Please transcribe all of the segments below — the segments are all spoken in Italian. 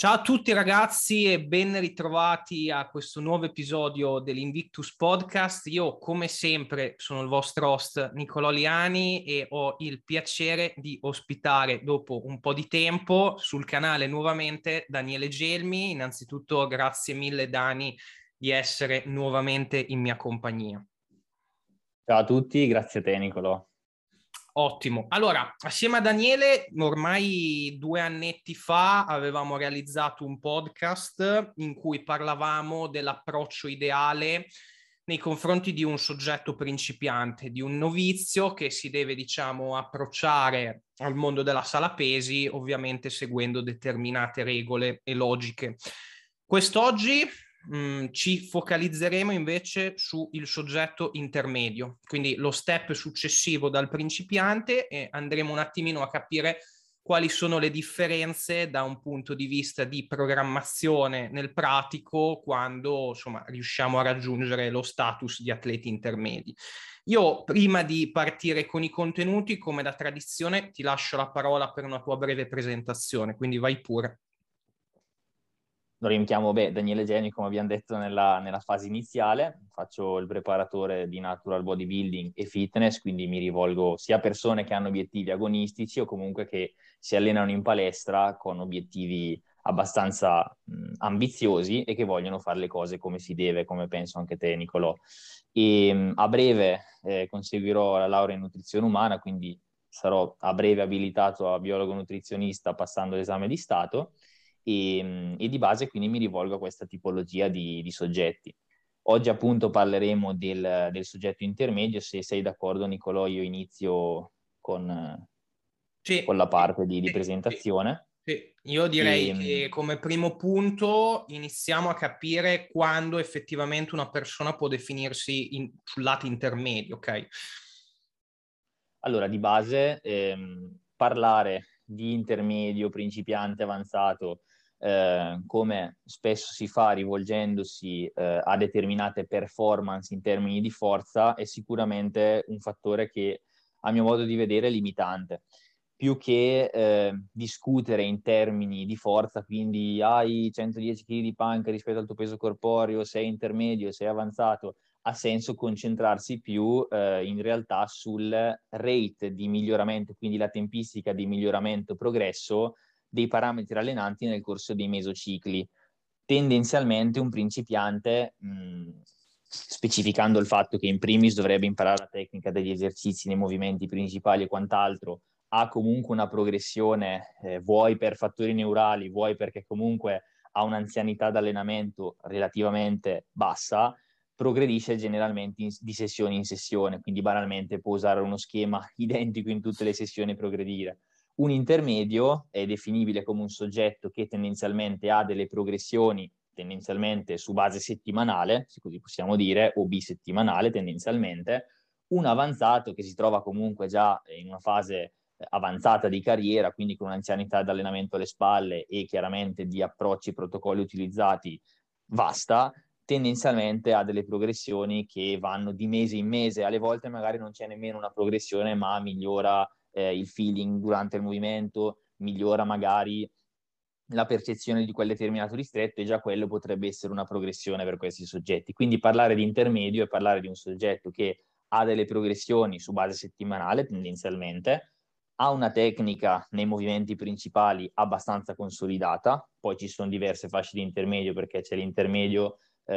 Ciao a tutti ragazzi e ben ritrovati a questo nuovo episodio dell'Invictus Podcast. Io come sempre sono il vostro host Nicolò Liani e ho il piacere di ospitare dopo un po' di tempo sul canale nuovamente Daniele Gelmi. Innanzitutto grazie mille Dani di essere nuovamente in mia compagnia. Ciao a tutti, grazie a te Nicolò. Ottimo. Allora, assieme a Daniele, ormai 2 annetti fa avevamo realizzato un podcast in cui parlavamo dell'approccio ideale nei confronti di un soggetto principiante, di un novizio che si deve, diciamo, approcciare al mondo della sala pesi, ovviamente seguendo determinate regole e logiche. Quest'oggi ci focalizzeremo invece sul soggetto intermedio, quindi lo step successivo dal principiante, e andremo un attimino a capire quali sono le differenze da un punto di vista di programmazione nel pratico quando insomma riusciamo a raggiungere lo status di atleti intermedi. Io prima di partire con i contenuti, come da tradizione, ti lascio la parola per una tua breve presentazione, quindi vai pure. Allora, io mi chiamo Daniele Gelmi, come abbiamo detto nella fase iniziale, faccio il preparatore di natural bodybuilding e fitness, quindi mi rivolgo sia a persone che hanno obiettivi agonistici o comunque che si allenano in palestra con obiettivi abbastanza ambiziosi e che vogliono fare le cose come si deve, come penso anche te Nicolò. E a breve conseguirò la laurea in nutrizione umana, quindi sarò a breve abilitato a biologo nutrizionista passando l'esame di Stato. E di base quindi mi rivolgo a questa tipologia di soggetti. Oggi appunto parleremo del soggetto intermedio. Se sei d'accordo Nicolò, io inizio con la parte di presentazione. Sì. Io direi che come primo punto iniziamo a capire quando effettivamente una persona può definirsi sul lato intermedio, ok? Allora, di base, parlare di intermedio, principiante, avanzato, come spesso si fa rivolgendosi a determinate performance in termini di forza, è sicuramente un fattore che, a mio modo di vedere, è limitante. Più che discutere in termini di forza, quindi hai 110 kg di panca rispetto al tuo peso corporeo, sei intermedio, sei avanzato, ha senso concentrarsi più in realtà sul rate di miglioramento, quindi la tempistica di miglioramento progresso dei parametri allenanti nel corso dei mesocicli. Tendenzialmente un principiante, specificando il fatto che in primis dovrebbe imparare la tecnica degli esercizi nei movimenti principali e quant'altro, ha comunque una progressione, vuoi per fattori neurali, vuoi perché comunque ha un'anzianità d'allenamento relativamente bassa, progredisce generalmente di sessione in sessione, quindi banalmente può usare uno schema identico in tutte le sessioni e progredire. Un intermedio è definibile come un soggetto che tendenzialmente ha delle progressioni tendenzialmente su base settimanale, se così possiamo dire, o bisettimanale tendenzialmente, un avanzato che si trova comunque già in una fase avanzata di carriera, quindi con un'anzianità di allenamento alle spalle e chiaramente di approcci e protocolli utilizzati vasta, tendenzialmente ha delle progressioni che vanno di mese in mese, alle volte magari non c'è nemmeno una progressione, ma migliora il feeling durante il movimento, migliora magari la percezione di quel determinato distretto e già quello potrebbe essere una progressione per questi soggetti. Quindi parlare di intermedio è parlare di un soggetto che ha delle progressioni su base settimanale tendenzialmente, ha una tecnica nei movimenti principali abbastanza consolidata, poi ci sono diverse fasce di intermedio perché c'è l'intermedio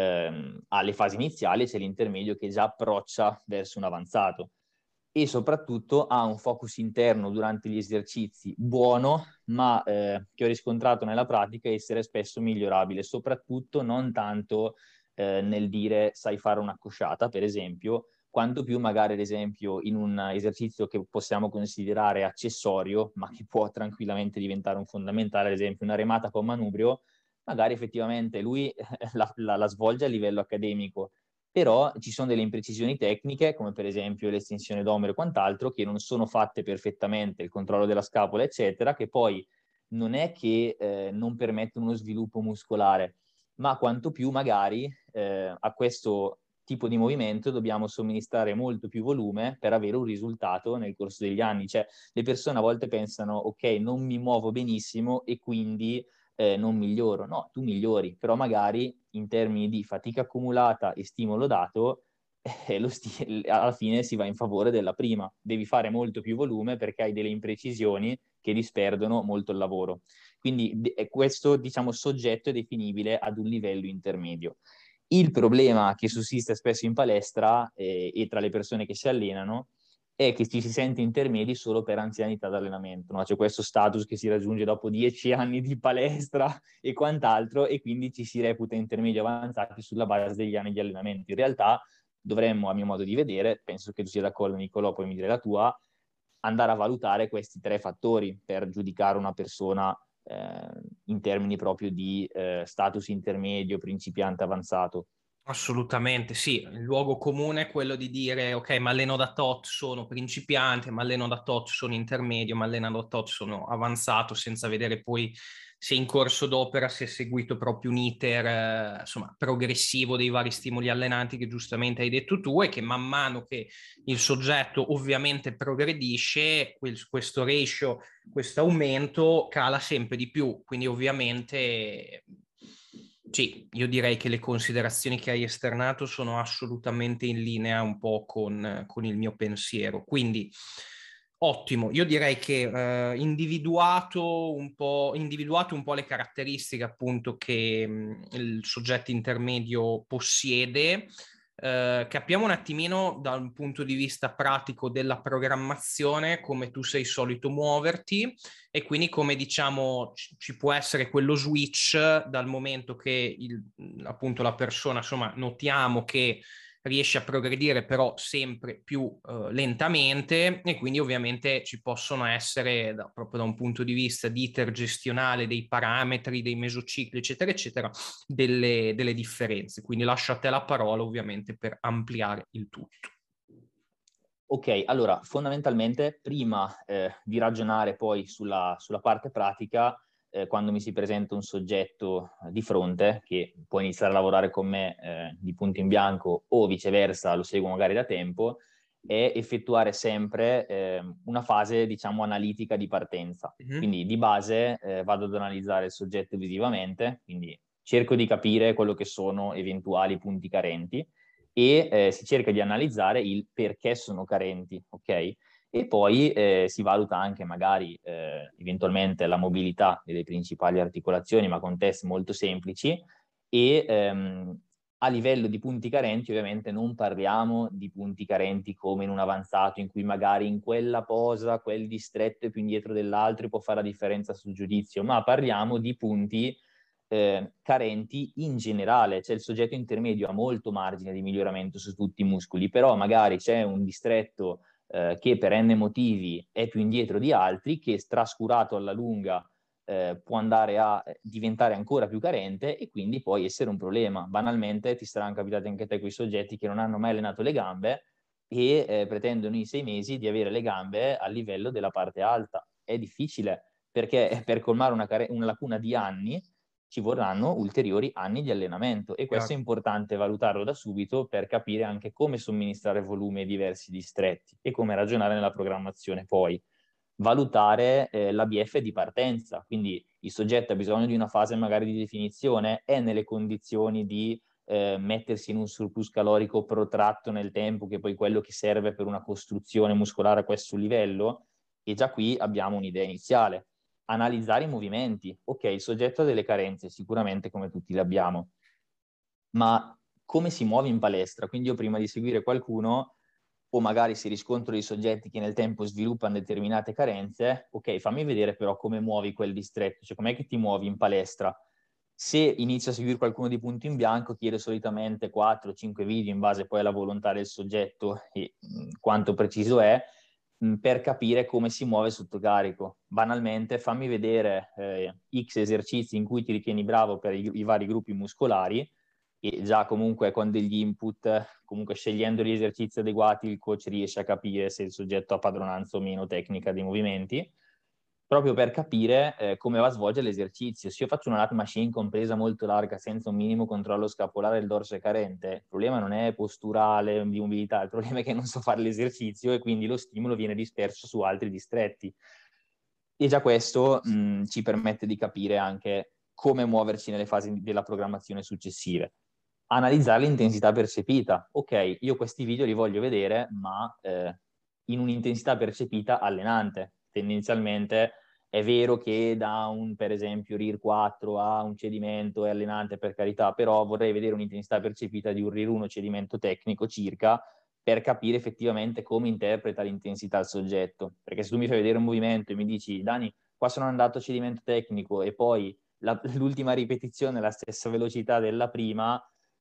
alle fasi iniziali, c'è l'intermedio che già approccia verso un avanzato e soprattutto ha un focus interno durante gli esercizi buono, ma che ho riscontrato nella pratica essere spesso migliorabile, soprattutto non tanto nel dire sai fare una cosciata, per esempio, quanto più magari ad esempio in un esercizio che possiamo considerare accessorio, ma che può tranquillamente diventare un fondamentale, ad esempio una remata con manubrio, magari effettivamente lui la svolge a livello accademico, però ci sono delle imprecisioni tecniche, come per esempio l'estensione d'omero e quant'altro, che non sono fatte perfettamente, il controllo della scapola, eccetera, che poi non è che non permettono uno sviluppo muscolare, ma quanto più magari a questo tipo di movimento dobbiamo somministrare molto più volume per avere un risultato nel corso degli anni. Cioè, le persone a volte pensano, ok, non mi muovo benissimo e quindi non miglioro. No, tu migliori, però magari in termini di fatica accumulata e stimolo dato, alla fine si va in favore della prima. Devi fare molto più volume perché hai delle imprecisioni che disperdono molto il lavoro. Quindi questo, diciamo, soggetto è definibile ad un livello intermedio. Il problema che sussiste spesso in palestra e tra le persone che si allenano è che ci si sente intermedi solo per anzianità d'allenamento, no? C'è questo status che si raggiunge dopo 10 anni di palestra e quant'altro, e quindi ci si reputa intermedi avanzati sulla base degli anni di allenamento. In realtà dovremmo, a mio modo di vedere, penso che tu sia d'accordo Nicolò, poi mi dire la tua, andare a valutare questi 3 fattori per giudicare una persona in termini proprio di status intermedio, principiante, avanzato. Assolutamente, sì. Il luogo comune è quello di dire, ok, mi alleno da tot, sono principiante, mi alleno da tot, sono intermedio, mi alleno da tot, sono avanzato, senza vedere poi se in corso d'opera si è seguito proprio un iter, insomma, progressivo dei vari stimoli allenanti che giustamente hai detto tu, e che man mano che il soggetto ovviamente progredisce, questo ratio, questo aumento cala sempre di più. Quindi ovviamente sì, io direi che le considerazioni che hai esternato sono assolutamente in linea un po' con il mio pensiero. Quindi ottimo, io direi che individuato un po' le caratteristiche appunto che il soggetto intermedio possiede, capiamo un attimino dal punto di vista pratico della programmazione come tu sei solito muoverti, e quindi come diciamo ci può essere quello switch dal momento che appunto la persona, insomma, notiamo che riesce a progredire però sempre più lentamente, e quindi ovviamente ci possono essere proprio da un punto di vista di iter gestionale dei parametri, dei mesocicli, eccetera, eccetera, delle differenze. Quindi lascio a te la parola ovviamente per ampliare il tutto. Ok, allora fondamentalmente prima di ragionare poi sulla parte pratica, quando mi si presenta un soggetto di fronte che può iniziare a lavorare con me di punto in bianco o viceversa lo seguo magari da tempo, è effettuare sempre una fase, diciamo, analitica di partenza. Mm-hmm. Quindi di base vado ad analizzare il soggetto visivamente, quindi cerco di capire quello che sono eventuali punti carenti e si cerca di analizzare il perché sono carenti, ok? E poi si valuta anche magari eventualmente la mobilità delle principali articolazioni, ma con test molto semplici, e a livello di punti carenti ovviamente non parliamo di punti carenti come in un avanzato in cui magari in quella posa quel distretto è più indietro dell'altro e può fare la differenza sul giudizio, ma parliamo di punti carenti in generale, cioè il soggetto intermedio ha molto margine di miglioramento su tutti i muscoli, però magari c'è un distretto che per n motivi è più indietro di altri, che trascurato alla lunga può andare a diventare ancora più carente e quindi poi essere un problema. Banalmente ti saranno capitati anche a te quei soggetti che non hanno mai allenato le gambe e pretendono in 6 mesi di avere le gambe a livello della parte alta. È difficile perché per colmare una lacuna di anni ci vorranno ulteriori anni di allenamento e questo è importante valutarlo da subito per capire anche come somministrare volume ai diversi distretti e come ragionare nella programmazione. Poi valutare l'ABF di partenza, quindi il soggetto ha bisogno di una fase magari di definizione, è nelle condizioni di mettersi in un surplus calorico protratto nel tempo, che è poi quello che serve per una costruzione muscolare a questo livello, e già qui abbiamo un'idea iniziale. Analizzare i movimenti. Ok, il soggetto ha delle carenze, sicuramente come tutti le abbiamo, ma come si muove in palestra? Quindi io prima di seguire qualcuno, o magari si riscontro dei soggetti che nel tempo sviluppano determinate carenze, ok, fammi vedere però come muovi quel distretto, cioè com'è che ti muovi in palestra. Se inizio a seguire qualcuno di punto in bianco, chiedo solitamente 4-5 video in base poi alla volontà del soggetto e quanto preciso è, per capire come si muove sotto carico. Banalmente, fammi vedere X esercizi in cui ti ritieni bravo per i vari gruppi muscolari, e già comunque con degli input, comunque scegliendo gli esercizi adeguati, il coach riesce a capire se il soggetto ha padronanza o meno tecnica dei movimenti, proprio per capire come va a svolgere l'esercizio. Se io faccio una lat machine compresa molto larga senza un minimo controllo scapolare del dorso è carente, il problema non è posturale, di mobilità, il problema è che non so fare l'esercizio e quindi lo stimolo viene disperso su altri distretti. E già questo ci permette di capire anche come muoverci nelle fasi della programmazione successive. Analizzare l'intensità percepita. Ok, io questi video li voglio vedere, ma in un'intensità percepita allenante. Tendenzialmente è vero che da per esempio, RIR 4 a un cedimento è allenante, per carità, però vorrei vedere un'intensità percepita di un RIR 1 cedimento tecnico circa, per capire effettivamente come interpreta l'intensità il soggetto. Perché se tu mi fai vedere un movimento e mi dici, Dani, qua sono andato a cedimento tecnico e poi l'ultima ripetizione è la stessa velocità della prima,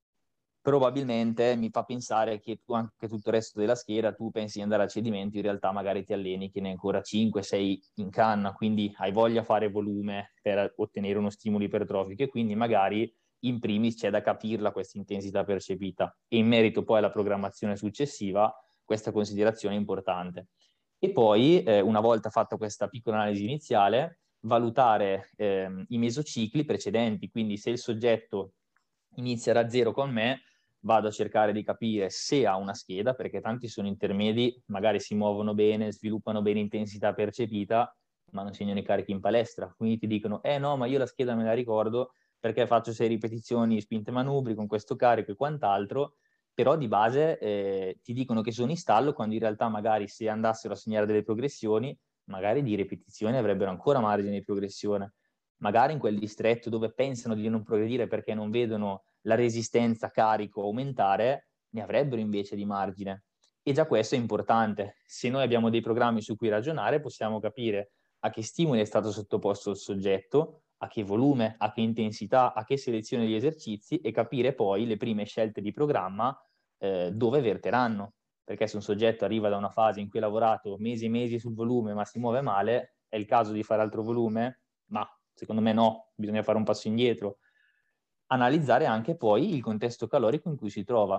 probabilmente mi fa pensare che tu anche tutto il resto della scheda, tu pensi di andare a cedimento, in realtà magari ti alleni che ne hai ancora 5-6 in canna, quindi hai voglia di fare volume per ottenere uno stimolo ipertrofico e quindi magari in primis c'è da capirla questa intensità percepita. E in merito poi alla programmazione successiva, questa considerazione è importante. E poi, una volta fatta questa piccola analisi iniziale, valutare i mesocicli precedenti, quindi se il soggetto inizia da zero con me, vado a cercare di capire se ha una scheda, perché tanti sono intermedi, magari si muovono bene, sviluppano bene intensità percepita, ma non segnano i carichi in palestra. Quindi ti dicono, no, ma io la scheda me la ricordo perché faccio 6 ripetizioni spinte manubri con questo carico e quant'altro, però di base ti dicono che sono in stallo, quando in realtà magari se andassero a segnare delle progressioni, magari di ripetizioni avrebbero ancora margine di progressione. Magari in quel distretto dove pensano di non progredire perché non vedono la resistenza carico aumentare, ne avrebbero invece di margine. E già questo è importante. Se noi abbiamo dei programmi su cui ragionare, possiamo capire a che stimoli è stato sottoposto il soggetto, a che volume, a che intensità, a che selezione di esercizi e capire poi le prime scelte di programma dove verteranno. Perché se un soggetto arriva da una fase in cui ha lavorato mesi e mesi sul volume ma si muove male, è il caso di fare altro volume? Ma secondo me no, bisogna fare un passo indietro. Analizzare anche poi il contesto calorico in cui si trova.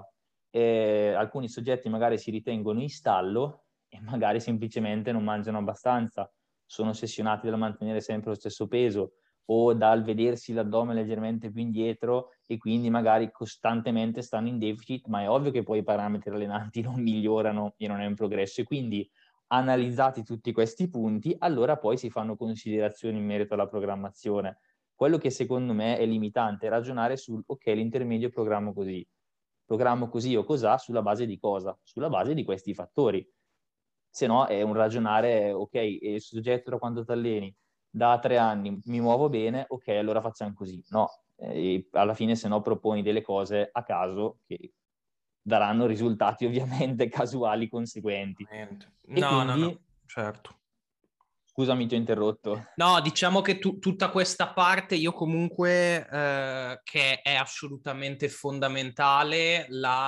Alcuni soggetti magari si ritengono in stallo e magari semplicemente non mangiano abbastanza, sono ossessionati dal mantenere sempre lo stesso peso o dal vedersi l'addome leggermente più indietro e quindi magari costantemente stanno in deficit, ma è ovvio che poi i parametri allenanti non migliorano e non è un progresso. E quindi, analizzati tutti questi punti, allora poi si fanno considerazioni in merito alla programmazione. Quello che secondo me è limitante è ragionare sul ok, l'intermedio programmo così o cos'ha, sulla base di cosa? Sulla base di questi fattori. Se no è un ragionare, ok, il soggetto da quando ti alleni? Da 3 anni mi muovo bene, ok, allora facciamo così. No, alla fine se no proponi delle cose a caso che daranno risultati ovviamente casuali conseguenti. E No, quindi, certo. scusami, ti ho interrotto. No, diciamo che tutta questa parte io comunque, che è assolutamente fondamentale,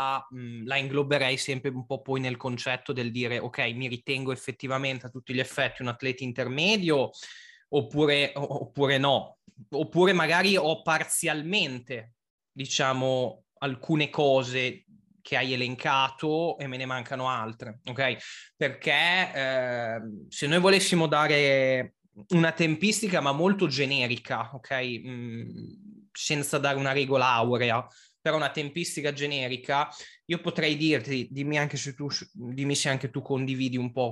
la ingloberei sempre un po' poi nel concetto del dire, ok, mi ritengo effettivamente a tutti gli effetti un atleta intermedio oppure no, oppure magari ho parzialmente, diciamo, alcune cose che hai elencato e me ne mancano altre, ok? Perché se noi volessimo dare una tempistica ma molto generica, ok? Senza dare una regola aurea, però una tempistica generica, io potrei dirti, dimmi se anche tu condividi un po'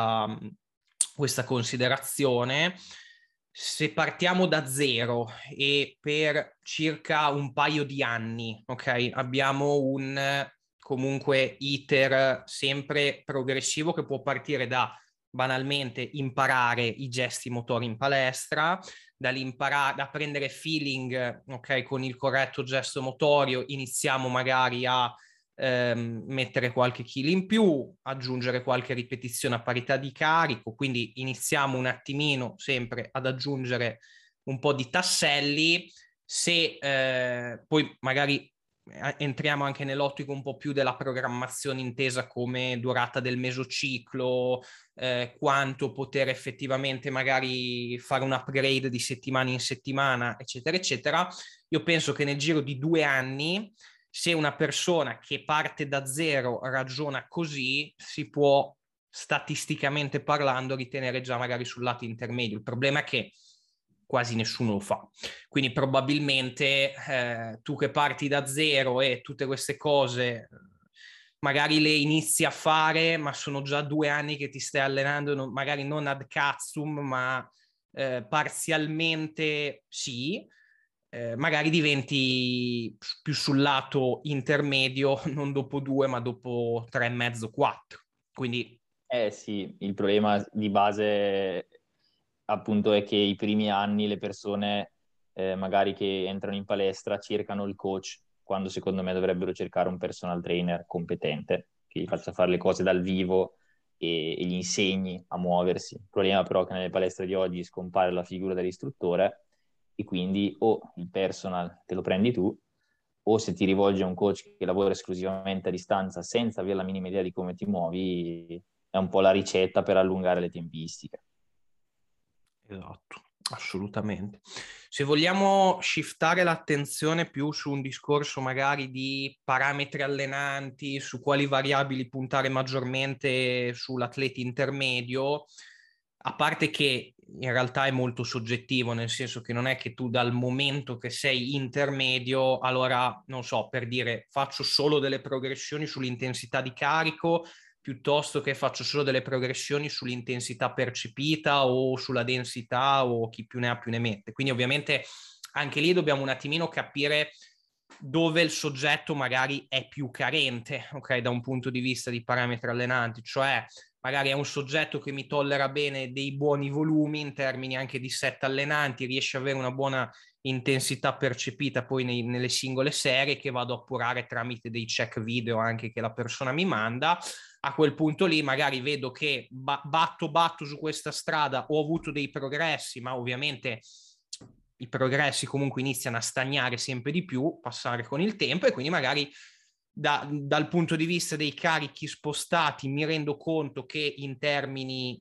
questa considerazione. Se partiamo da zero e per circa un paio di anni, ok, abbiamo un comunque iter sempre progressivo che può partire da banalmente imparare i gesti motori in palestra, da prendere feeling, ok, con il corretto gesto motorio, iniziamo magari a mettere qualche chilo in più, aggiungere qualche ripetizione a parità di carico, quindi iniziamo un attimino sempre ad aggiungere un po' di tasselli. Se poi magari entriamo anche nell'ottico un po' più della programmazione intesa come durata del mesociclo, quanto poter effettivamente magari fare un upgrade di settimana in settimana, eccetera, eccetera. Io penso che nel giro di 2 anni, se una persona che parte da zero ragiona così, si può statisticamente parlando ritenere già magari sul lato intermedio. Il problema è che quasi nessuno lo fa. Quindi probabilmente tu che parti da zero e tutte queste cose magari le inizi a fare, ma sono già 2 anni che ti stai allenando, magari non ad cazzum, ma parzialmente sì. magari diventi più sul lato intermedio, non dopo 2, ma dopo 3,5, 4. Quindi... Sì, il problema di base appunto è che i primi anni le persone magari che entrano in palestra cercano il coach, quando secondo me dovrebbero cercare un personal trainer competente, che gli faccia fare le cose dal vivo e gli insegni a muoversi. Il problema però è che nelle palestre di oggi scompare la figura dell'istruttore e quindi o il personal te lo prendi tu, o se ti rivolgi a un coach che lavora esclusivamente a distanza senza avere la minima idea di come ti muovi, è un po' la ricetta per allungare le tempistiche. Esatto, assolutamente. Se vogliamo shiftare l'attenzione più su un discorso magari di parametri allenanti, su quali variabili puntare maggiormente sull'atleta intermedio, a parte che in realtà è molto soggettivo, nel senso che non è che tu dal momento che sei intermedio, allora, non so, per dire, faccio solo delle progressioni sull'intensità di carico, piuttosto che faccio solo delle progressioni sull'intensità percepita o sulla densità o chi più ne ha più ne mette. Quindi ovviamente anche lì dobbiamo un attimino capire dove il soggetto magari è più carente, ok, da un punto di vista di parametri allenanti, cioè magari è un soggetto che mi tollera bene dei buoni volumi in termini anche di set allenanti, riesce ad avere una buona intensità percepita poi nelle singole serie che vado a appurare tramite dei check video anche che la persona mi manda. A quel punto lì magari vedo che batto su questa strada, ho avuto dei progressi, ma ovviamente i progressi comunque iniziano a stagnare sempre di più, passare con il tempo, e quindi magari dal punto di vista dei carichi spostati mi rendo conto che in termini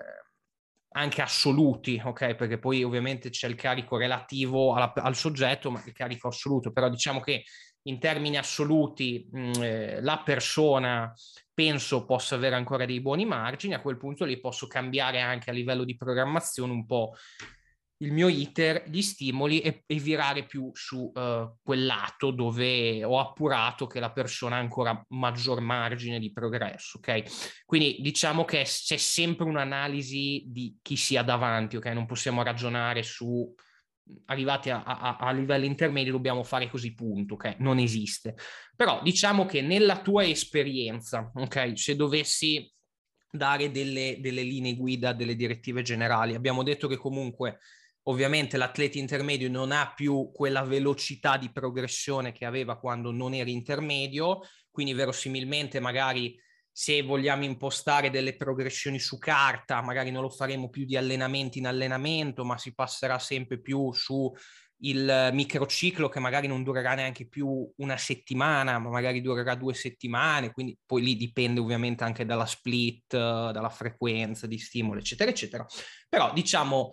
anche assoluti, ok? Perché poi ovviamente c'è il carico relativo al soggetto, ma il carico assoluto, però diciamo che in termini assoluti la persona penso possa avere ancora dei buoni margini. A quel punto lì posso cambiare anche a livello di programmazione un po' il mio iter, gli stimoli e virare più su quel lato dove ho appurato che la persona ha ancora maggior margine di progresso, ok? Quindi diciamo che c'è sempre un'analisi di chi sia davanti, ok? Non possiamo ragionare su arrivati a livelli intermedi dobbiamo fare così, punto, ok? Non esiste. Però diciamo che nella tua esperienza, ok? Se dovessi dare delle linee guida, delle direttive generali, abbiamo detto che comunque ovviamente l'atleta intermedio non ha più quella velocità di progressione che aveva quando non era intermedio, quindi verosimilmente magari se vogliamo impostare delle progressioni su carta, magari non lo faremo più di allenamento in allenamento, ma si passerà sempre più su il microciclo che magari non durerà neanche più una settimana, ma magari durerà 2 settimane, quindi poi lì dipende ovviamente anche dalla split, dalla frequenza di stimolo, eccetera, eccetera. Però diciamo,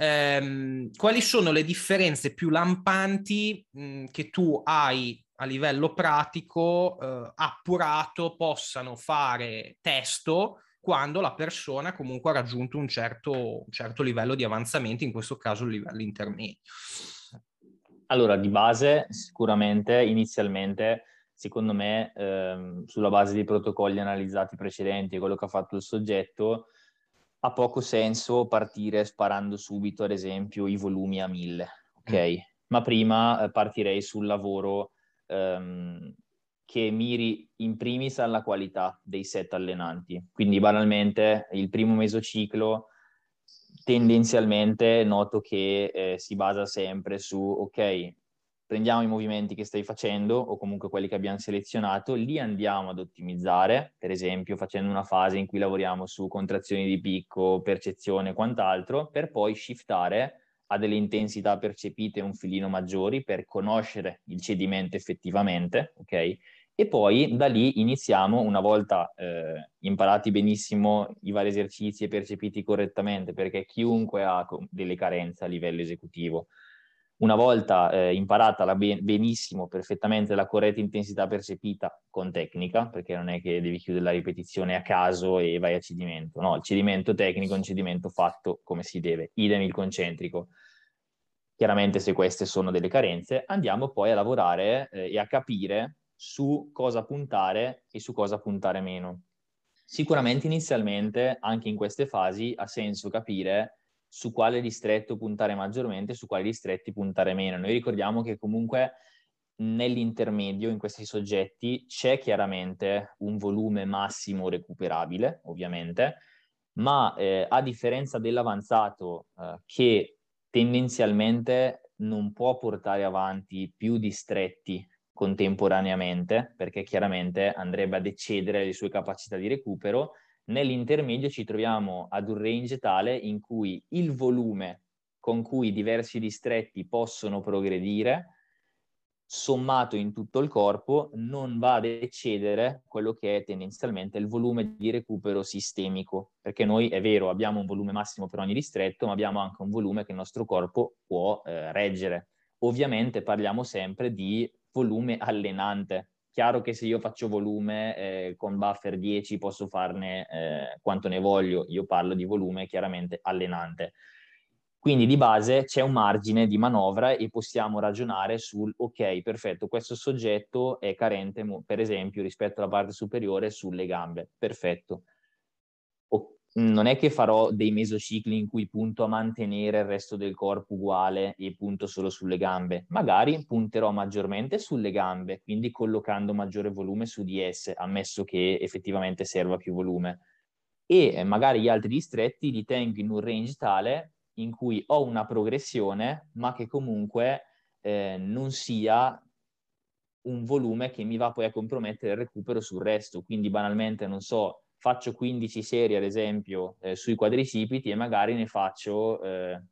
quali sono le differenze più lampanti che tu hai a livello pratico appurato possano fare testo quando la persona comunque ha raggiunto un certo livello di avanzamento, in questo caso il livello intermedio. Allora, di base, sicuramente, inizialmente, secondo me, sulla base dei protocolli analizzati precedenti e quello che ha fatto il soggetto, ha poco senso partire sparando subito, ad esempio, i volumi a 1000, ok? Ma prima partirei sul lavoro che miri in primis alla qualità dei set allenanti. Quindi, banalmente, il primo mesociclo tendenzialmente noto che si basa sempre su, ok, prendiamo i movimenti che stai facendo o comunque quelli che abbiamo selezionato, li andiamo ad ottimizzare, per esempio facendo una fase in cui lavoriamo su contrazioni di picco, percezione e quant'altro, per poi shiftare a delle intensità percepite un filino maggiori per conoscere il cedimento effettivamente, ok? E poi da lì iniziamo, una volta imparati benissimo i vari esercizi e percepiti correttamente, perché chiunque ha delle carenze a livello esecutivo, una volta imparata benissimo, perfettamente la corretta intensità percepita con tecnica, perché non è che devi chiudere la ripetizione a caso e vai a cedimento, no, il cedimento tecnico è un cedimento fatto come si deve, idem il concentrico. Chiaramente se queste sono delle carenze, andiamo poi a lavorare e a capire su cosa puntare e su cosa puntare meno. Sicuramente inizialmente, anche in queste fasi, ha senso capire su quale distretto puntare maggiormente, su quali distretti puntare meno. Noi ricordiamo che comunque nell'intermedio, in questi soggetti, c'è chiaramente un volume massimo recuperabile, ovviamente, ma a differenza dell'avanzato che tendenzialmente non può portare avanti più distretti contemporaneamente, perché chiaramente andrebbe ad eccedere le sue capacità di recupero, nell'intermedio ci troviamo ad un range tale in cui il volume con cui diversi distretti possono progredire, sommato in tutto il corpo, non va ad eccedere quello che è tendenzialmente il volume di recupero sistemico, perché noi, è vero, abbiamo un volume massimo per ogni distretto, ma abbiamo anche un volume che il nostro corpo può reggere. Ovviamente parliamo sempre di volume allenante. Chiaro che se io faccio volume con buffer 10 posso farne quanto ne voglio, io parlo di volume chiaramente allenante. Quindi di base c'è un margine di manovra e possiamo ragionare sul ok, perfetto, questo soggetto è carente, per esempio, rispetto alla parte superiore sulle gambe. Perfetto. Non è che farò dei mesocicli in cui punto a mantenere il resto del corpo uguale e punto solo sulle gambe. Magari punterò maggiormente sulle gambe, quindi collocando maggiore volume su di esse, ammesso che effettivamente serva più volume. E magari gli altri distretti li tengo in un range tale in cui ho una progressione, ma che comunque non sia un volume che mi va poi a compromettere il recupero sul resto. Quindi banalmente, non so, faccio 15 serie ad esempio sui quadricipiti e magari ne faccio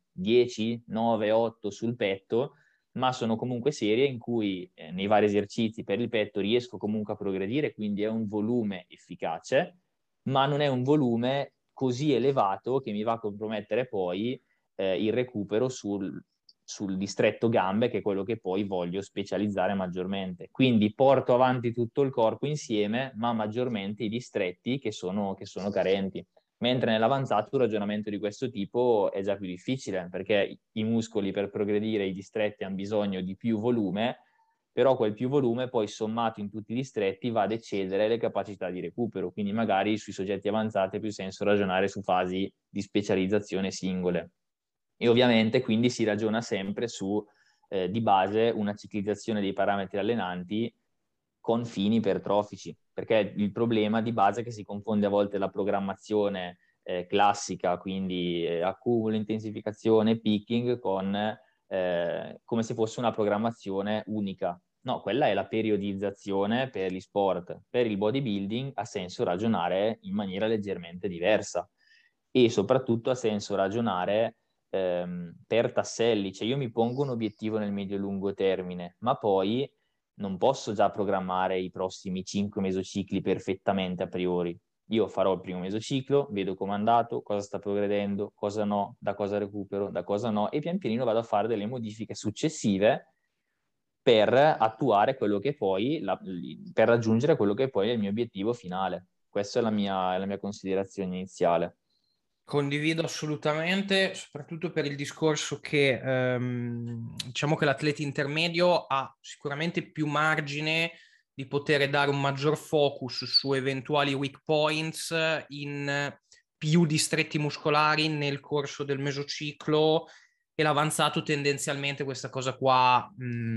10, 9, 8 sul petto, ma sono comunque serie in cui nei vari esercizi per il petto riesco comunque a progredire, quindi è un volume efficace, ma non è un volume così elevato che mi va a compromettere poi il recupero sul distretto gambe, che è quello che poi voglio specializzare maggiormente. Quindi porto avanti tutto il corpo insieme, ma maggiormente i distretti che sono carenti. Mentre nell'avanzato un ragionamento di questo tipo è già più difficile, perché i muscoli per progredire, i distretti hanno bisogno di più volume, però quel più volume poi sommato in tutti i distretti va ad eccedere le capacità di recupero, quindi magari sui soggetti avanzati ha più senso ragionare su fasi di specializzazione singole. E ovviamente quindi si ragiona sempre su, di base, una ciclizzazione dei parametri allenanti con fini ipertrofici, perché il problema di base è che si confonde a volte la programmazione classica, quindi accumulo, intensificazione, picking, con come se fosse una programmazione unica. No, quella è la periodizzazione per gli sport. Per il bodybuilding ha senso ragionare in maniera leggermente diversa e soprattutto ha senso ragionare per tasselli, cioè io mi pongo un obiettivo nel medio-lungo termine, ma poi non posso già programmare i prossimi 5 mesocicli perfettamente a priori. Io farò il primo mesociclo, vedo com'è andato, cosa sta progredendo, cosa no, da cosa recupero, da cosa no, e pian pianino vado a fare delle modifiche successive per attuare quello che poi, per raggiungere quello che poi è il mio obiettivo finale. Questa è la mia considerazione iniziale. Condivido assolutamente, soprattutto per il discorso che diciamo che l'atleta intermedio ha sicuramente più margine di poter dare un maggior focus su eventuali weak points in più distretti muscolari nel corso del mesociclo, e l'avanzato tendenzialmente questa cosa qua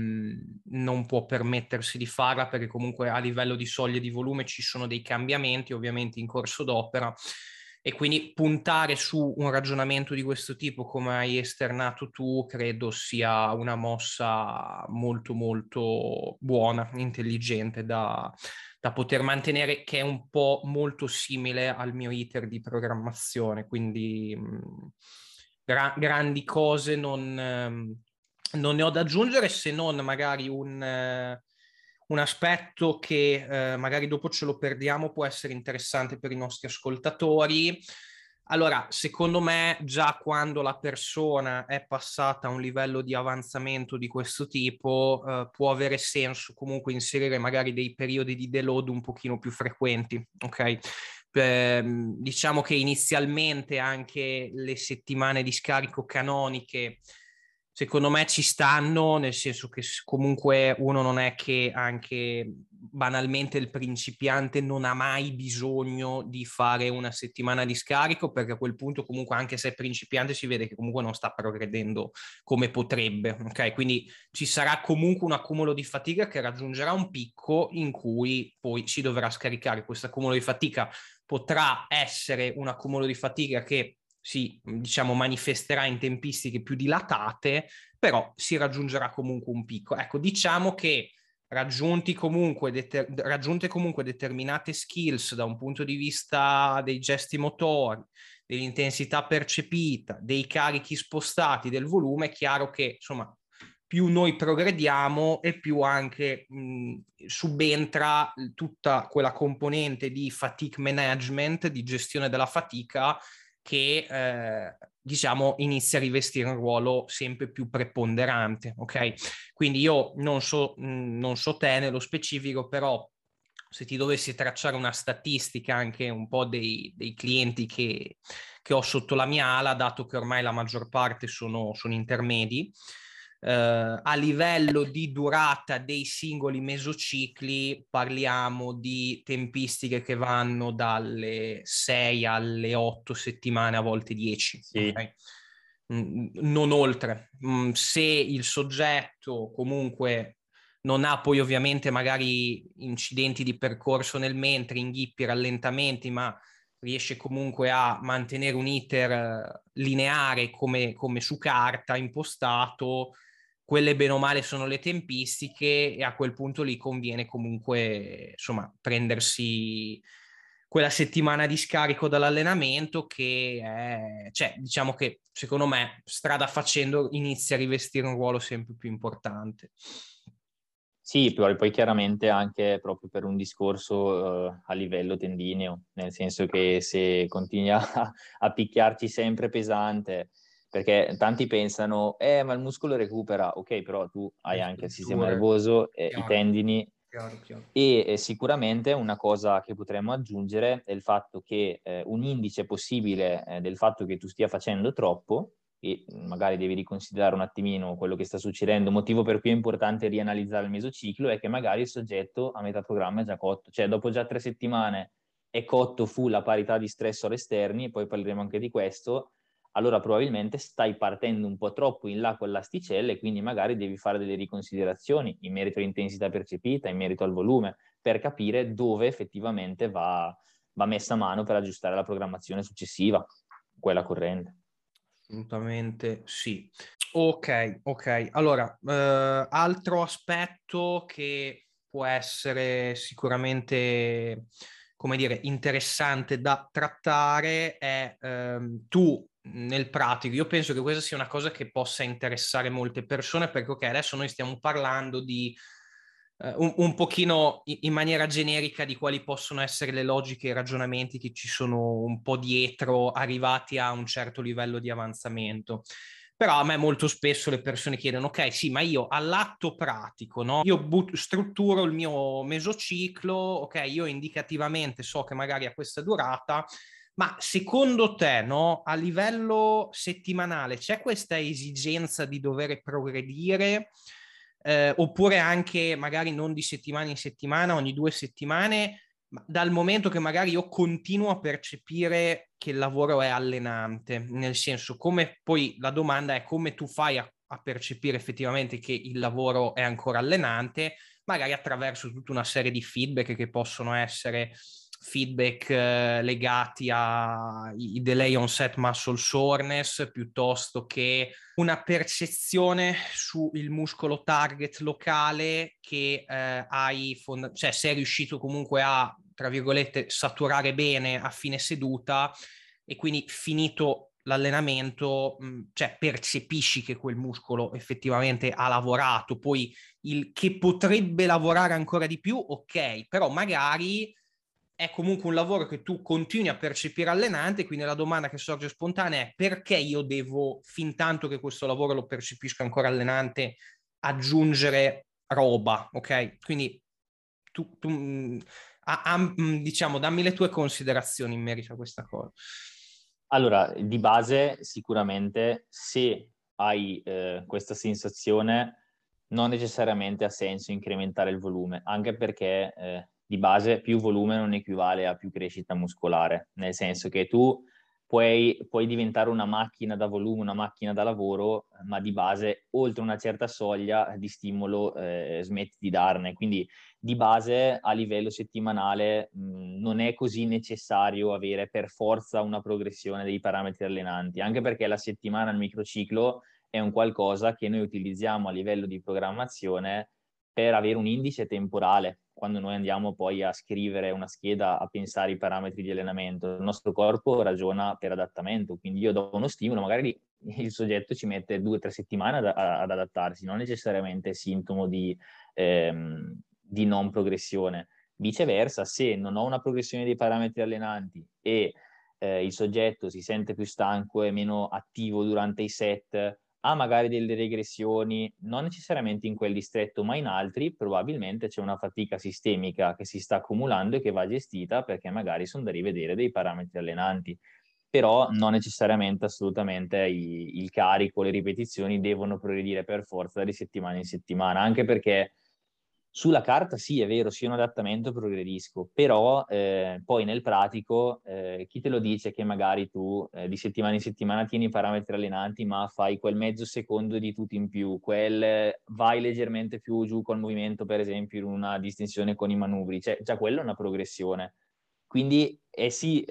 non può permettersi di farla, perché comunque a livello di soglie di volume ci sono dei cambiamenti ovviamente in corso d'opera, e quindi puntare su un ragionamento di questo tipo, come hai esternato tu, credo sia una mossa molto molto buona, intelligente da poter mantenere, che è un po' molto simile al mio iter di programmazione. Quindi grandi cose non ne ho da aggiungere, se non magari un aspetto che magari dopo ce lo perdiamo, può essere interessante per i nostri ascoltatori. Allora, secondo me, già quando la persona è passata a un livello di avanzamento di questo tipo, può avere senso comunque inserire magari dei periodi di deload un pochino più frequenti, ok? Diciamo che inizialmente anche le settimane di scarico canoniche secondo me ci stanno, nel senso che comunque uno non è che anche banalmente il principiante non ha mai bisogno di fare una settimana di scarico, perché a quel punto comunque anche se è principiante si vede che comunque non sta progredendo come potrebbe, ok? Quindi ci sarà comunque un accumulo di fatica che raggiungerà un picco in cui poi si dovrà scaricare. Questo accumulo di fatica potrà essere un accumulo di fatica che si, diciamo, manifesterà in tempistiche più dilatate, però si raggiungerà comunque un picco. Ecco, diciamo che raggiunte comunque determinate skills da un punto di vista dei gesti motori, dell'intensità percepita, dei carichi spostati, del volume, è chiaro che insomma più noi progrediamo e più anche subentra tutta quella componente di fatigue management, di gestione della fatica, che diciamo inizia a rivestire un ruolo sempre più preponderante, ok? Quindi io non so te nello specifico, però se ti dovessi tracciare una statistica anche un po' dei clienti che ho sotto la mia ala, dato che ormai la maggior parte sono intermedi, a livello di durata dei singoli mesocicli parliamo di tempistiche che vanno dalle 6 alle 8 settimane, a volte 10. Sì. Okay? Non oltre. Se il soggetto comunque non ha poi ovviamente magari incidenti di percorso nel mentre, inghippi, rallentamenti, ma riesce comunque a mantenere un iter lineare come su carta, impostato, quelle bene o male sono le tempistiche e a quel punto lì conviene comunque, insomma, prendersi quella settimana di scarico dall'allenamento che è, cioè, diciamo che secondo me strada facendo inizia a rivestire un ruolo sempre più importante. Sì, poi chiaramente anche proprio per un discorso a livello tendineo, nel senso che se continui a picchiarci sempre pesante, perché tanti pensano, ma il muscolo recupera, ok, però tu hai anche il sistema nervoso, i tendini, chiaro. E sicuramente una cosa che potremmo aggiungere è il fatto che un indice possibile del fatto che tu stia facendo troppo, e magari devi riconsiderare un attimino quello che sta succedendo, motivo per cui è importante rianalizzare il mesociclo, è che magari il soggetto a metà programma è già cotto, cioè dopo già 3 settimane è cotto full a parità di stressor esterni, poi parleremo anche di questo, allora probabilmente stai partendo un po' troppo in là con l'asticella e quindi magari devi fare delle riconsiderazioni in merito all'intensità percepita, in merito al volume, per capire dove effettivamente va messa a mano per aggiustare la programmazione successiva, quella corrente. Assolutamente sì. Ok. Allora, altro aspetto che può essere sicuramente, come dire, interessante da trattare è tu nel pratico. Io penso che questa sia una cosa che possa interessare molte persone, perché ok, adesso noi stiamo parlando di un pochino in maniera generica di quali possono essere le logiche e i ragionamenti che ci sono un po' dietro, arrivati a un certo livello di avanzamento. Però a me molto spesso le persone chiedono, ok, sì, ma io all'atto pratico, no? Io strutturo il mio mesociclo, ok, io indicativamente so che magari ha questa durata, ma secondo te, no, a livello settimanale c'è questa esigenza di dover progredire? Oppure anche magari non di settimana in settimana, ogni 2 settimane, ma dal momento che magari io continuo a percepire che il lavoro è allenante, nel senso, come poi la domanda è come tu fai a percepire effettivamente che il lavoro è ancora allenante, magari attraverso tutta una serie di feedback che possono essere feedback legati ai delay onset muscle soreness, piuttosto che una percezione sul muscolo target locale che cioè sei riuscito comunque a, tra virgolette, saturare bene a fine seduta e quindi finito l'allenamento, cioè percepisci che quel muscolo effettivamente ha lavorato, poi il che potrebbe lavorare ancora di più, ok, però magari è comunque un lavoro che tu continui a percepire allenante, quindi la domanda che sorge spontanea è perché io devo, fin tanto che questo lavoro lo percepisco ancora allenante, aggiungere roba, ok? Quindi diciamo, dammi le tue considerazioni in merito a questa cosa. Allora, di base sicuramente se hai questa sensazione non necessariamente ha senso incrementare il volume, anche perché di base più volume non equivale a più crescita muscolare, nel senso che tu puoi diventare una macchina da volume, una macchina da lavoro, ma di base oltre una certa soglia di stimolo smetti di darne. Quindi di base a livello settimanale non è così necessario avere per forza una progressione dei parametri allenanti, anche perché la settimana, il microciclo, è un qualcosa che noi utilizziamo a livello di programmazione per avere un indice temporale. Quando noi andiamo poi a scrivere una scheda, a pensare i parametri di allenamento, il nostro corpo ragiona per adattamento, quindi io do uno stimolo, magari il soggetto ci mette 2 o 3 settimane ad adattarsi, non necessariamente sintomo di non progressione. Viceversa, se non ho una progressione dei parametri allenanti e il soggetto si sente più stanco e meno attivo durante i set, ha magari delle regressioni, non necessariamente in quel distretto, ma in altri, probabilmente c'è una fatica sistemica che si sta accumulando e che va gestita perché magari sono da rivedere dei parametri allenanti. Però non necessariamente, assolutamente, il carico, le ripetizioni devono progredire per forza di settimana in settimana, anche perché sulla carta sì, è vero, sia un adattamento progredisco, però poi nel pratico chi te lo dice che magari tu di settimana in settimana tieni i parametri allenanti ma fai quel mezzo secondo di tutto in più, vai leggermente più giù col movimento, per esempio in una distensione con i manubri, cioè già quella è una progressione. Quindi sì,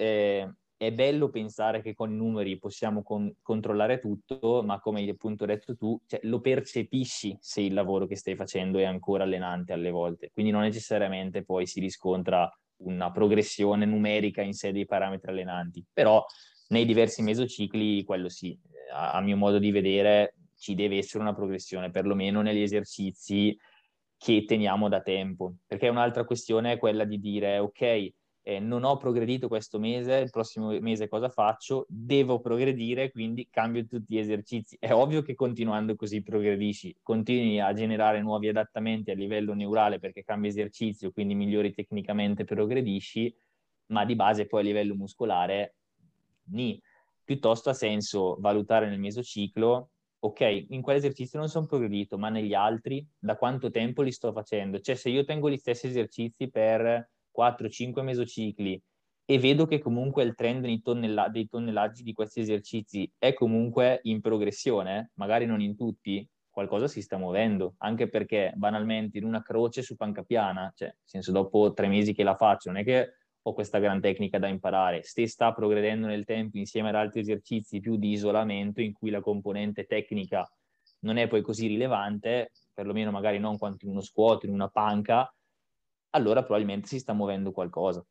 è bello pensare che con i numeri possiamo controllare tutto, ma come hai appunto detto tu, cioè, lo percepisci se il lavoro che stai facendo è ancora allenante alle volte. Quindi non necessariamente poi si riscontra una progressione numerica in sé dei parametri allenanti. Però nei diversi mesocicli, quello sì, a mio modo di vedere, ci deve essere una progressione, perlomeno negli esercizi che teniamo da tempo. Perché un'altra questione è quella di dire, ok, non ho progredito questo mese, il prossimo mese cosa faccio? Devo progredire, quindi cambio tutti gli esercizi. È ovvio che continuando così progredisci, continui a generare nuovi adattamenti a livello neurale perché cambi esercizio, quindi migliori tecnicamente, progredisci, ma di base poi a livello muscolare, ni. Piuttosto ha senso valutare nel mesociclo, ok, in quell'esercizio non sono progredito, ma negli altri da quanto tempo li sto facendo? Cioè se io tengo gli stessi esercizi per 4-5 mesocicli e vedo che comunque il trend dei tonnellaggi di questi esercizi è comunque in progressione, magari non in tutti, qualcosa si sta muovendo, anche perché banalmente in una croce su panca piana, cioè nel senso dopo 3 mesi che la faccio, non è che ho questa gran tecnica da imparare, se sta progredendo nel tempo insieme ad altri esercizi più di isolamento in cui la componente tecnica non è poi così rilevante, perlomeno magari non quanto in uno squat, in una panca, allora probabilmente si sta muovendo qualcosa.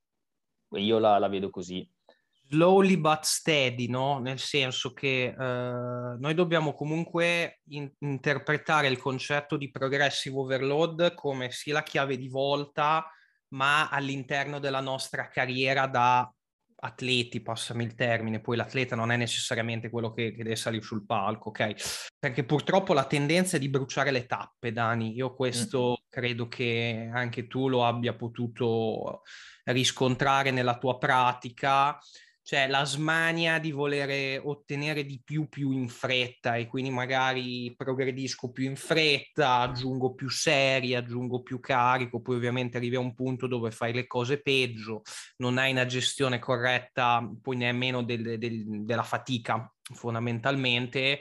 Io la vedo così. Slowly but steady, no? Nel senso che noi dobbiamo comunque interpretare il concetto di progressive overload come sia la chiave di volta, ma all'interno della nostra carriera da atleti, passami il termine, poi l'atleta non è necessariamente quello che deve salire sul palco, ok? Perché purtroppo la tendenza è di bruciare le tappe, Dani. Io questo credo che anche tu lo abbia potuto riscontrare nella tua pratica, cioè la smania di volere ottenere di più in fretta, e quindi magari progredisco più in fretta, aggiungo più serie, aggiungo più carico, poi ovviamente arrivi a un punto dove fai le cose peggio, non hai una gestione corretta poi nemmeno della fatica fondamentalmente,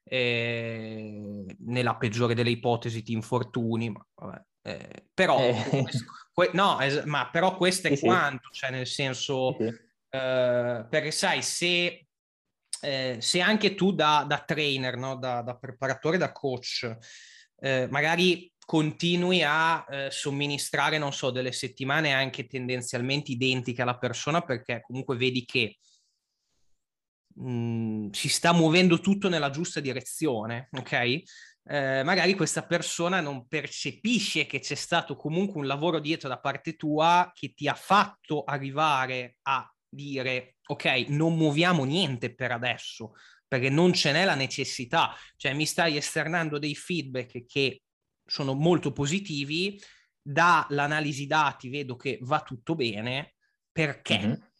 nella peggiore delle ipotesi ti infortuni, ma vabbè. Però, no, ma però questo Sì, è sì. quanto, cioè nel senso, Sì, sì. perché sai, se anche tu da trainer, no? Da preparatore, da coach, magari continui a somministrare, non so, delle settimane anche tendenzialmente identiche alla persona, perché comunque vedi che si sta muovendo tutto nella giusta direzione, ok? Magari questa persona non percepisce che c'è stato comunque un lavoro dietro da parte tua che ti ha fatto arrivare a dire ok, non muoviamo niente per adesso, perché non ce n'è la necessità, cioè mi stai esternando dei feedback che sono molto positivi, dall'analisi dati vedo che va tutto bene, perché? Mm-hmm.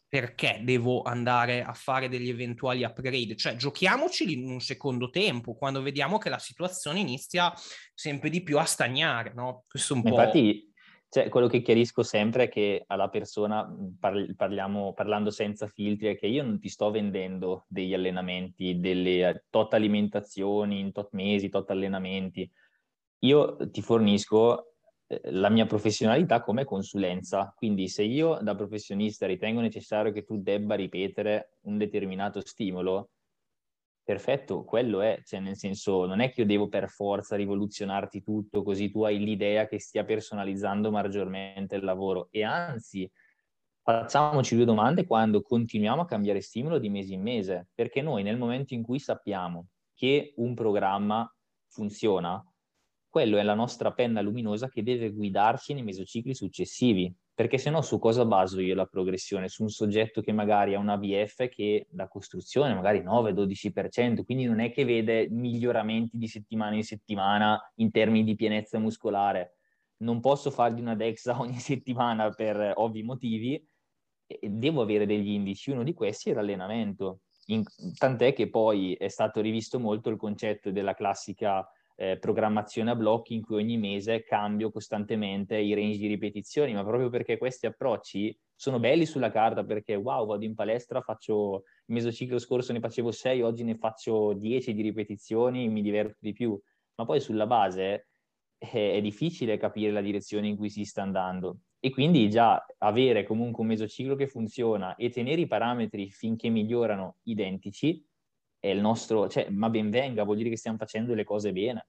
perché devo andare a fare degli eventuali upgrade? Cioè, giochiamoceli in un secondo tempo, quando vediamo che la situazione inizia sempre di più a stagnare, no? Questo è un Ma po'... infatti, cioè, quello che chiarisco sempre è che alla persona, parlando senza filtri, è che io non ti sto vendendo degli allenamenti, delle tot alimentazioni in tot mesi, tot allenamenti. Io ti fornisco la mia professionalità come consulenza. Quindi se io da professionista ritengo necessario che tu debba ripetere un determinato stimolo, perfetto, quello è, cioè nel senso non è che io devo per forza rivoluzionarti tutto così tu hai l'idea che stia personalizzando maggiormente il lavoro e anzi facciamoci due domande quando continuiamo a cambiare stimolo di mese in mese, perché noi nel momento in cui sappiamo che un programma funziona, quello è la nostra penna luminosa che deve guidarci nei mesocicli successivi, perché se no su cosa baso io la progressione? Su un soggetto che magari ha una VF che da costruzione magari 9-12%, quindi non è che vede miglioramenti di settimana in settimana in termini di pienezza muscolare. Non posso fargli una DEXA ogni settimana per ovvi motivi, e devo avere degli indici. Uno di questi è l'allenamento. Tant'è che poi è stato rivisto molto il concetto della classica programmazione a blocchi in cui ogni mese cambio costantemente i range di ripetizioni, ma proprio perché questi approcci sono belli sulla carta, perché wow, vado in palestra, faccio il mesociclo scorso ne facevo 6, oggi ne faccio 10 di ripetizioni, mi diverto di più, ma poi sulla base è difficile capire la direzione in cui si sta andando. E quindi già avere comunque un mesociclo che funziona e tenere i parametri finché migliorano identici è il nostro, cioè, ma ben venga, vuol dire che stiamo facendo le cose bene.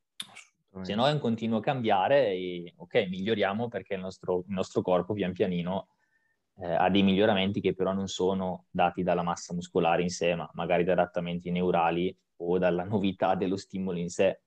Se no è un continuo cambiare e ok, miglioriamo perché il nostro corpo pian pianino ha dei miglioramenti che però non sono dati dalla massa muscolare in sé, ma magari da adattamenti neurali o dalla novità dello stimolo in sé.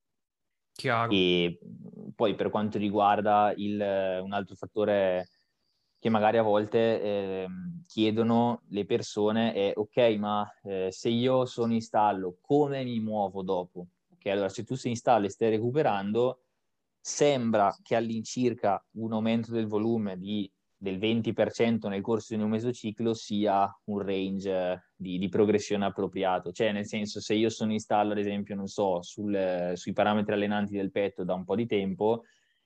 Chiaro. E poi per quanto riguarda un altro fattore che magari a volte chiedono le persone è ok, ma se io sono in stallo, come mi muovo dopo? Ok, allora se tu sei in stallo e stai recuperando, sembra che all'incirca un aumento del volume del 20% nel corso di un mesociclo sia un range di progressione appropriato. Cioè, nel senso, se io sono in stallo, ad esempio, non so, sui parametri allenanti del petto da un po' di tempo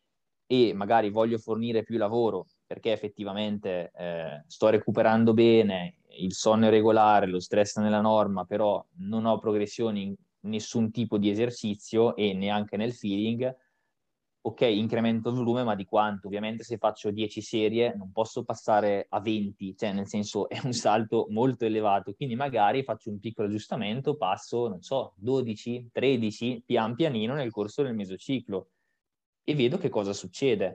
e magari voglio fornire più lavoro perché effettivamente sto recuperando bene, il sonno è regolare, lo stress nella norma, però non ho progressioni in nessun tipo di esercizio e neanche nel feeling, ok, incremento il volume, ma di quanto? Ovviamente se faccio 10 serie non posso passare a 20, cioè nel senso è un salto molto elevato, quindi magari faccio un piccolo aggiustamento, passo, non so, 12, 13, pian pianino nel corso del mesociclo e vedo che cosa succede.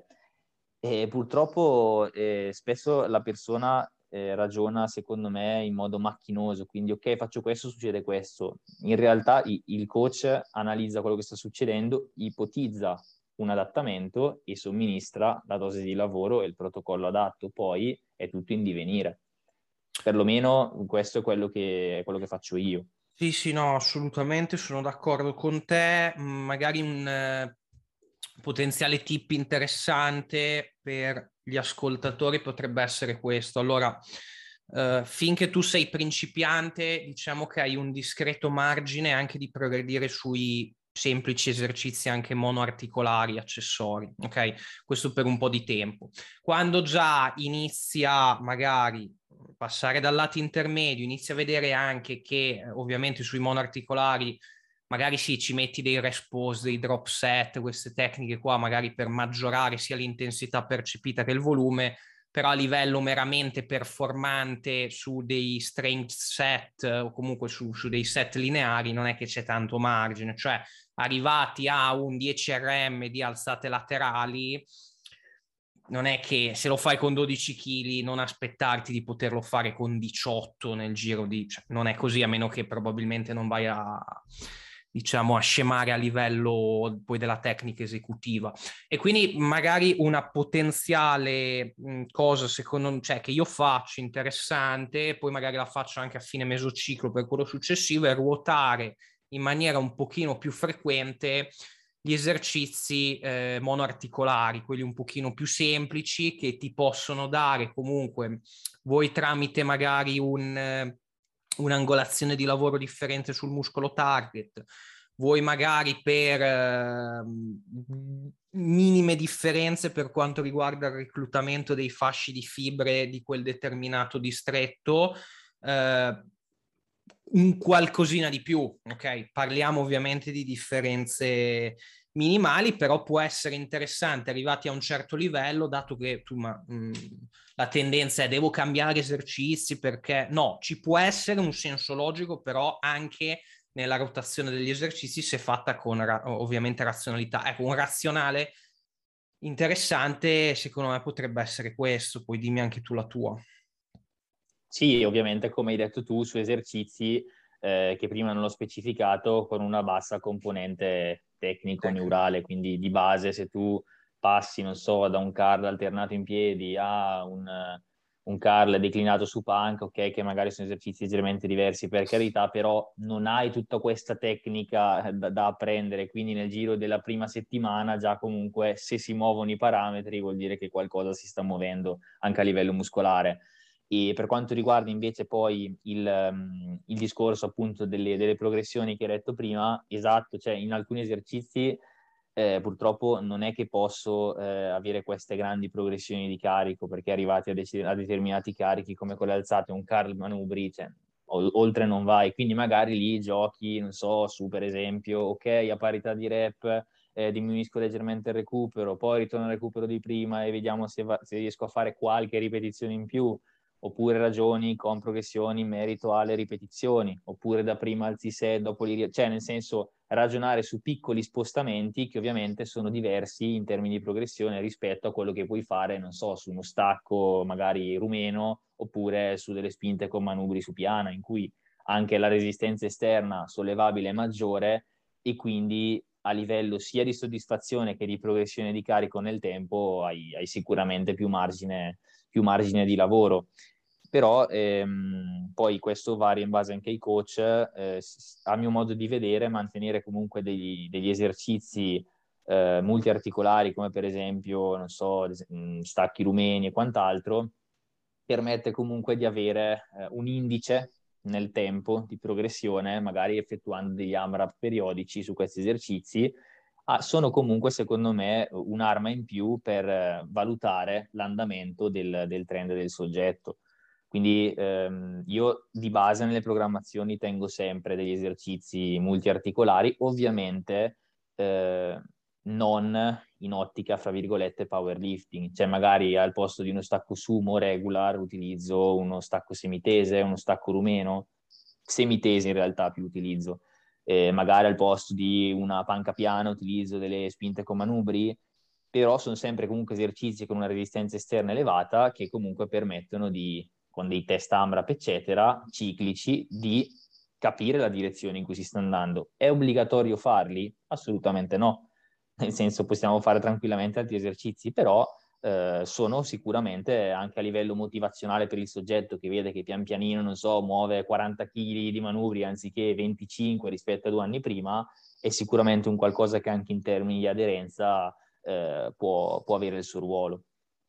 E purtroppo spesso la persona ragiona, secondo me, in modo macchinoso, quindi ok, faccio questo, succede questo. In realtà il coach analizza quello che sta succedendo, ipotizza un adattamento e somministra la dose di lavoro e il protocollo adatto, poi è tutto in divenire. Perlomeno questo è quello che faccio io. Sì, sì, no, assolutamente sono d'accordo con te. Magari un potenziale tip interessante per gli ascoltatori potrebbe essere questo. Allora, finché tu sei principiante, diciamo che hai un discreto margine anche di progredire sui semplici esercizi anche monoarticolari, accessori, ok? Questo per un po' di tempo. Quando già inizia magari passare dal lato intermedio, inizi a vedere anche che ovviamente sui monoarticolari magari sì, ci metti dei rest pause, dei drop set, queste tecniche qua magari per maggiorare sia l'intensità percepita che il volume, però a livello meramente performante su dei strength set o comunque su dei set lineari non è che c'è tanto margine, cioè arrivati a un 10 RM di alzate laterali non è che se lo fai con 12 kg non aspettarti di poterlo fare con 18 nel giro di... Cioè, non è così, a meno che probabilmente non vai a, diciamo, a scemare a livello poi della tecnica esecutiva. E quindi magari una potenziale cosa, secondo me, cioè, che io faccio interessante, poi magari la faccio anche a fine mesociclo per quello successivo, è ruotare in maniera un pochino più frequente gli esercizi monoarticolari, quelli un pochino più semplici che ti possono dare comunque vuoi tramite magari un'angolazione di lavoro differente sul muscolo target, vuoi magari per minime differenze per quanto riguarda il reclutamento dei fasci di fibre di quel determinato distretto, un qualcosina di più, ok? Parliamo ovviamente di differenze minimali, però può essere interessante arrivati a un certo livello, dato che la tendenza è devo cambiare esercizi perché no, ci può essere un senso logico, però anche nella rotazione degli esercizi se fatta con ovviamente razionalità. Ecco, un razionale interessante secondo me potrebbe essere questo, poi dimmi anche tu la tua. Sì, ovviamente come hai detto tu, su esercizi che prima non l'ho specificato, con una bassa componente tecnico-neurale, quindi di base se tu passi, non so, da un curl alternato in piedi a un curl declinato su panca, ok, che magari sono esercizi leggermente diversi per carità, però non hai tutta questa tecnica da apprendere, quindi nel giro della prima settimana già comunque se si muovono i parametri vuol dire che qualcosa si sta muovendo anche a livello muscolare. E per quanto riguarda invece poi il discorso appunto delle progressioni che hai detto prima, esatto, cioè in alcuni esercizi purtroppo non è che posso avere queste grandi progressioni di carico perché arrivati a determinati carichi come quelle alzate, un curl manubri, cioè, oltre non vai, quindi magari lì giochi, non so, su per esempio, ok, a parità di rep diminuisco leggermente il recupero, poi ritorno al recupero di prima e vediamo se riesco a fare qualche ripetizione in più, oppure ragioni con progressioni in merito alle ripetizioni, oppure da prima alzi set, dopo cioè nel senso ragionare su piccoli spostamenti che ovviamente sono diversi in termini di progressione rispetto a quello che puoi fare, non so, su uno stacco magari rumeno, oppure su delle spinte con manubri su piana, in cui anche la resistenza esterna sollevabile è maggiore e quindi a livello sia di soddisfazione che di progressione di carico nel tempo hai sicuramente più margine di lavoro. Però poi questo varia in base anche ai coach. A mio modo di vedere, mantenere comunque degli esercizi multiarticolari, come per esempio, non so, stacchi rumeni e quant'altro, permette comunque di avere un indice nel tempo di progressione, magari effettuando degli AMRAP periodici su questi esercizi, sono comunque, secondo me, un'arma in più per valutare l'andamento del trend del soggetto. Quindi io di base nelle programmazioni tengo sempre degli esercizi multiarticolari, ovviamente non in ottica, fra virgolette, powerlifting. Cioè magari al posto di uno stacco sumo regular utilizzo uno stacco semitese, uno stacco rumeno, semitese in realtà più utilizzo. Magari al posto di una panca piana utilizzo delle spinte con manubri, però sono sempre comunque esercizi con una resistenza esterna elevata che comunque permettono di, con dei test AMRAP eccetera, ciclici, di capire la direzione in cui si sta andando. È obbligatorio farli? Assolutamente no. Nel senso possiamo fare tranquillamente altri esercizi, però sono sicuramente anche a livello motivazionale per il soggetto che vede che pian pianino, non so, muove 40 kg di manubri anziché 25 rispetto a 2 anni prima, è sicuramente un qualcosa che anche in termini di aderenza può avere il suo ruolo.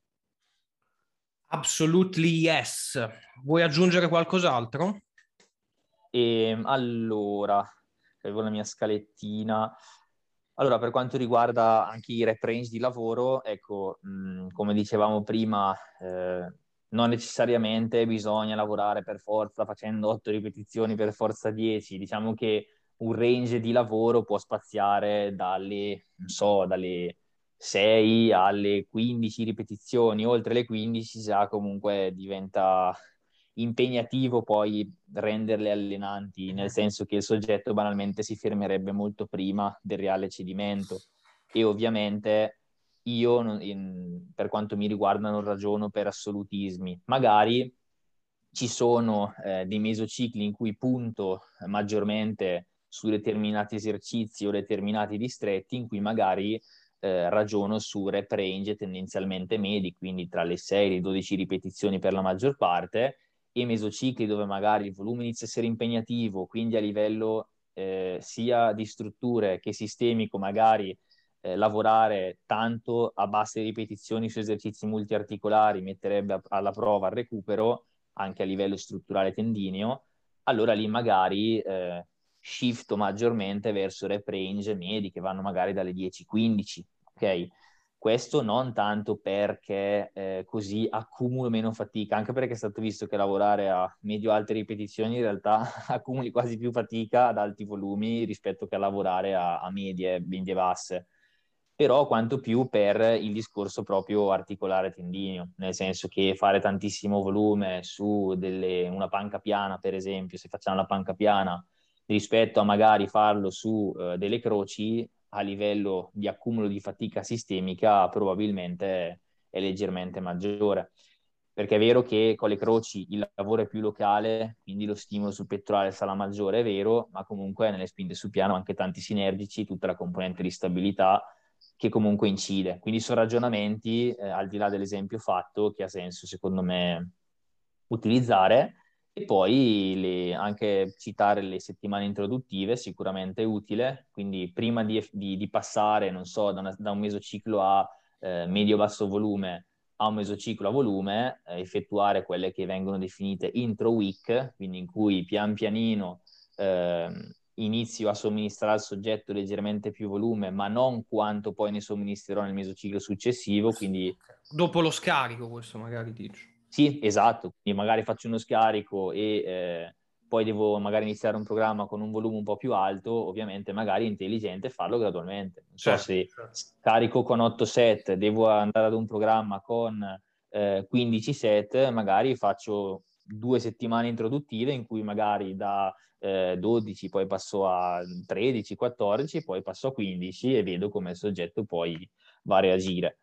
Absolutely yes. Vuoi aggiungere qualcos'altro? E allora, avevo la mia scalettina. Allora, per quanto riguarda anche i rep range di lavoro, ecco, come dicevamo prima, non necessariamente bisogna lavorare per forza facendo 8 ripetizioni per forza 10. Diciamo che un range di lavoro può spaziare non so, dalle 6 alle 15 ripetizioni. Oltre le 15 già comunque diventa impegnativo poi renderle allenanti, nel senso che il soggetto banalmente si fermerebbe molto prima del reale cedimento e ovviamente io per quanto mi riguarda non ragiono per assolutismi, magari ci sono dei mesocicli in cui punto maggiormente su determinati esercizi o determinati distretti in cui magari ragiono su rep range tendenzialmente medi, quindi tra le 6 e le 12 ripetizioni per la maggior parte, e mesocicli dove magari il volume inizia a essere impegnativo, quindi a livello sia di strutture che sistemico, magari lavorare tanto a basse ripetizioni su esercizi multiarticolari metterebbe alla prova il recupero, anche a livello strutturale tendineo, allora lì magari shifto maggiormente verso rep range medi che vanno magari dalle 10-15, ok? Questo non tanto perché così accumulo meno fatica, anche perché è stato visto che lavorare a medio-alte ripetizioni in realtà accumuli quasi più fatica ad alti volumi rispetto che a lavorare a medie basse. Però quanto più per il discorso proprio articolare tendineo, nel senso che fare tantissimo volume su una panca piana, per esempio, se facciamo la panca piana, rispetto a magari farlo su delle croci, a livello di accumulo di fatica sistemica probabilmente è leggermente maggiore. Perché è vero che con le croci il lavoro è più locale, quindi lo stimolo sul pettorale sarà maggiore, è vero, ma comunque nelle spinte sul piano anche tanti sinergici, tutta la componente di stabilità che comunque incide. Quindi sono ragionamenti, al di là dell'esempio fatto, che ha senso secondo me utilizzare. E poi anche citare le settimane introduttive, sicuramente è utile, quindi prima di passare, non so, da un mesociclo a medio-basso volume a un mesociclo a volume, effettuare quelle che vengono definite intro week, quindi in cui pian pianino inizio a somministrare al soggetto leggermente più volume, ma non quanto poi ne somministrerò nel mesociclo successivo, quindi Dopo lo scarico, questo magari dici. sì, esatto, quindi magari faccio uno scarico e poi devo magari iniziare un programma con un volume un po' più alto, ovviamente magari è intelligente farlo gradualmente. Non so Certo, se certo. carico con 8 set, devo andare ad un programma con 15 set, magari faccio 2 settimane introduttive in cui magari da 12 poi passo a 13, 14, poi passo a 15 e vedo come il soggetto poi va a reagire.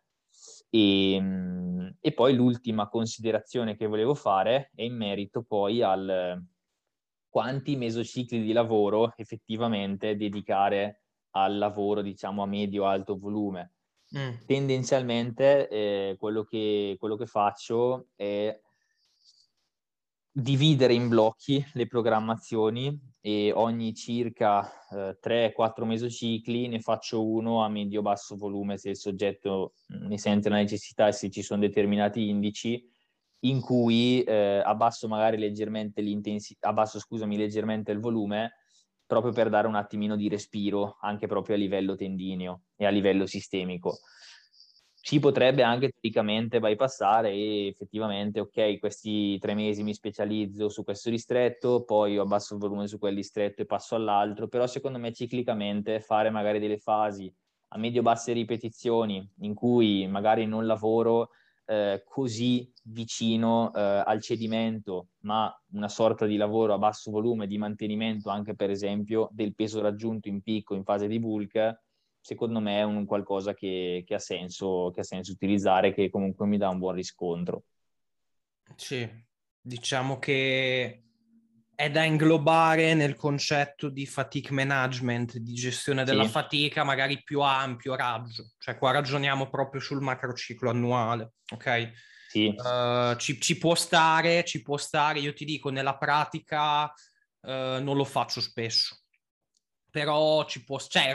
E poi l'ultima considerazione che volevo fare è in merito poi al quanti mesocicli di lavoro effettivamente dedicare al lavoro, diciamo, a medio-alto volume. Tendenzialmente quello che faccio è dividere in blocchi le programmazioni e ogni circa 3-4 mesocicli ne faccio uno a medio-basso volume se il soggetto ne sente la necessità e se ci sono determinati indici in cui abbasso magari leggermente l'intensità, abbasso scusami leggermente il volume proprio per dare un attimino di respiro anche proprio a livello tendineo e a livello sistemico. Si potrebbe anche tipicamente bypassare e effettivamente, ok, questi 3 mesi mi specializzo su questo distretto, poi abbasso il volume su quel distretto e passo all'altro, però secondo me ciclicamente fare magari delle fasi a medio-basse ripetizioni in cui magari non lavoro così vicino al cedimento, ma una sorta di lavoro a basso volume di mantenimento anche per esempio del peso raggiunto in picco in fase di bulk, secondo me è un qualcosa che ha senso utilizzare, che comunque mi dà un buon riscontro. Sì, diciamo che è da inglobare nel concetto di fatigue management, di gestione della Sì, fatica, magari più ampio raggio. Cioè qua ragioniamo proprio sul macrociclo annuale, ok? sì, Ci può stare, io ti dico, nella pratica non lo faccio spesso, però cioè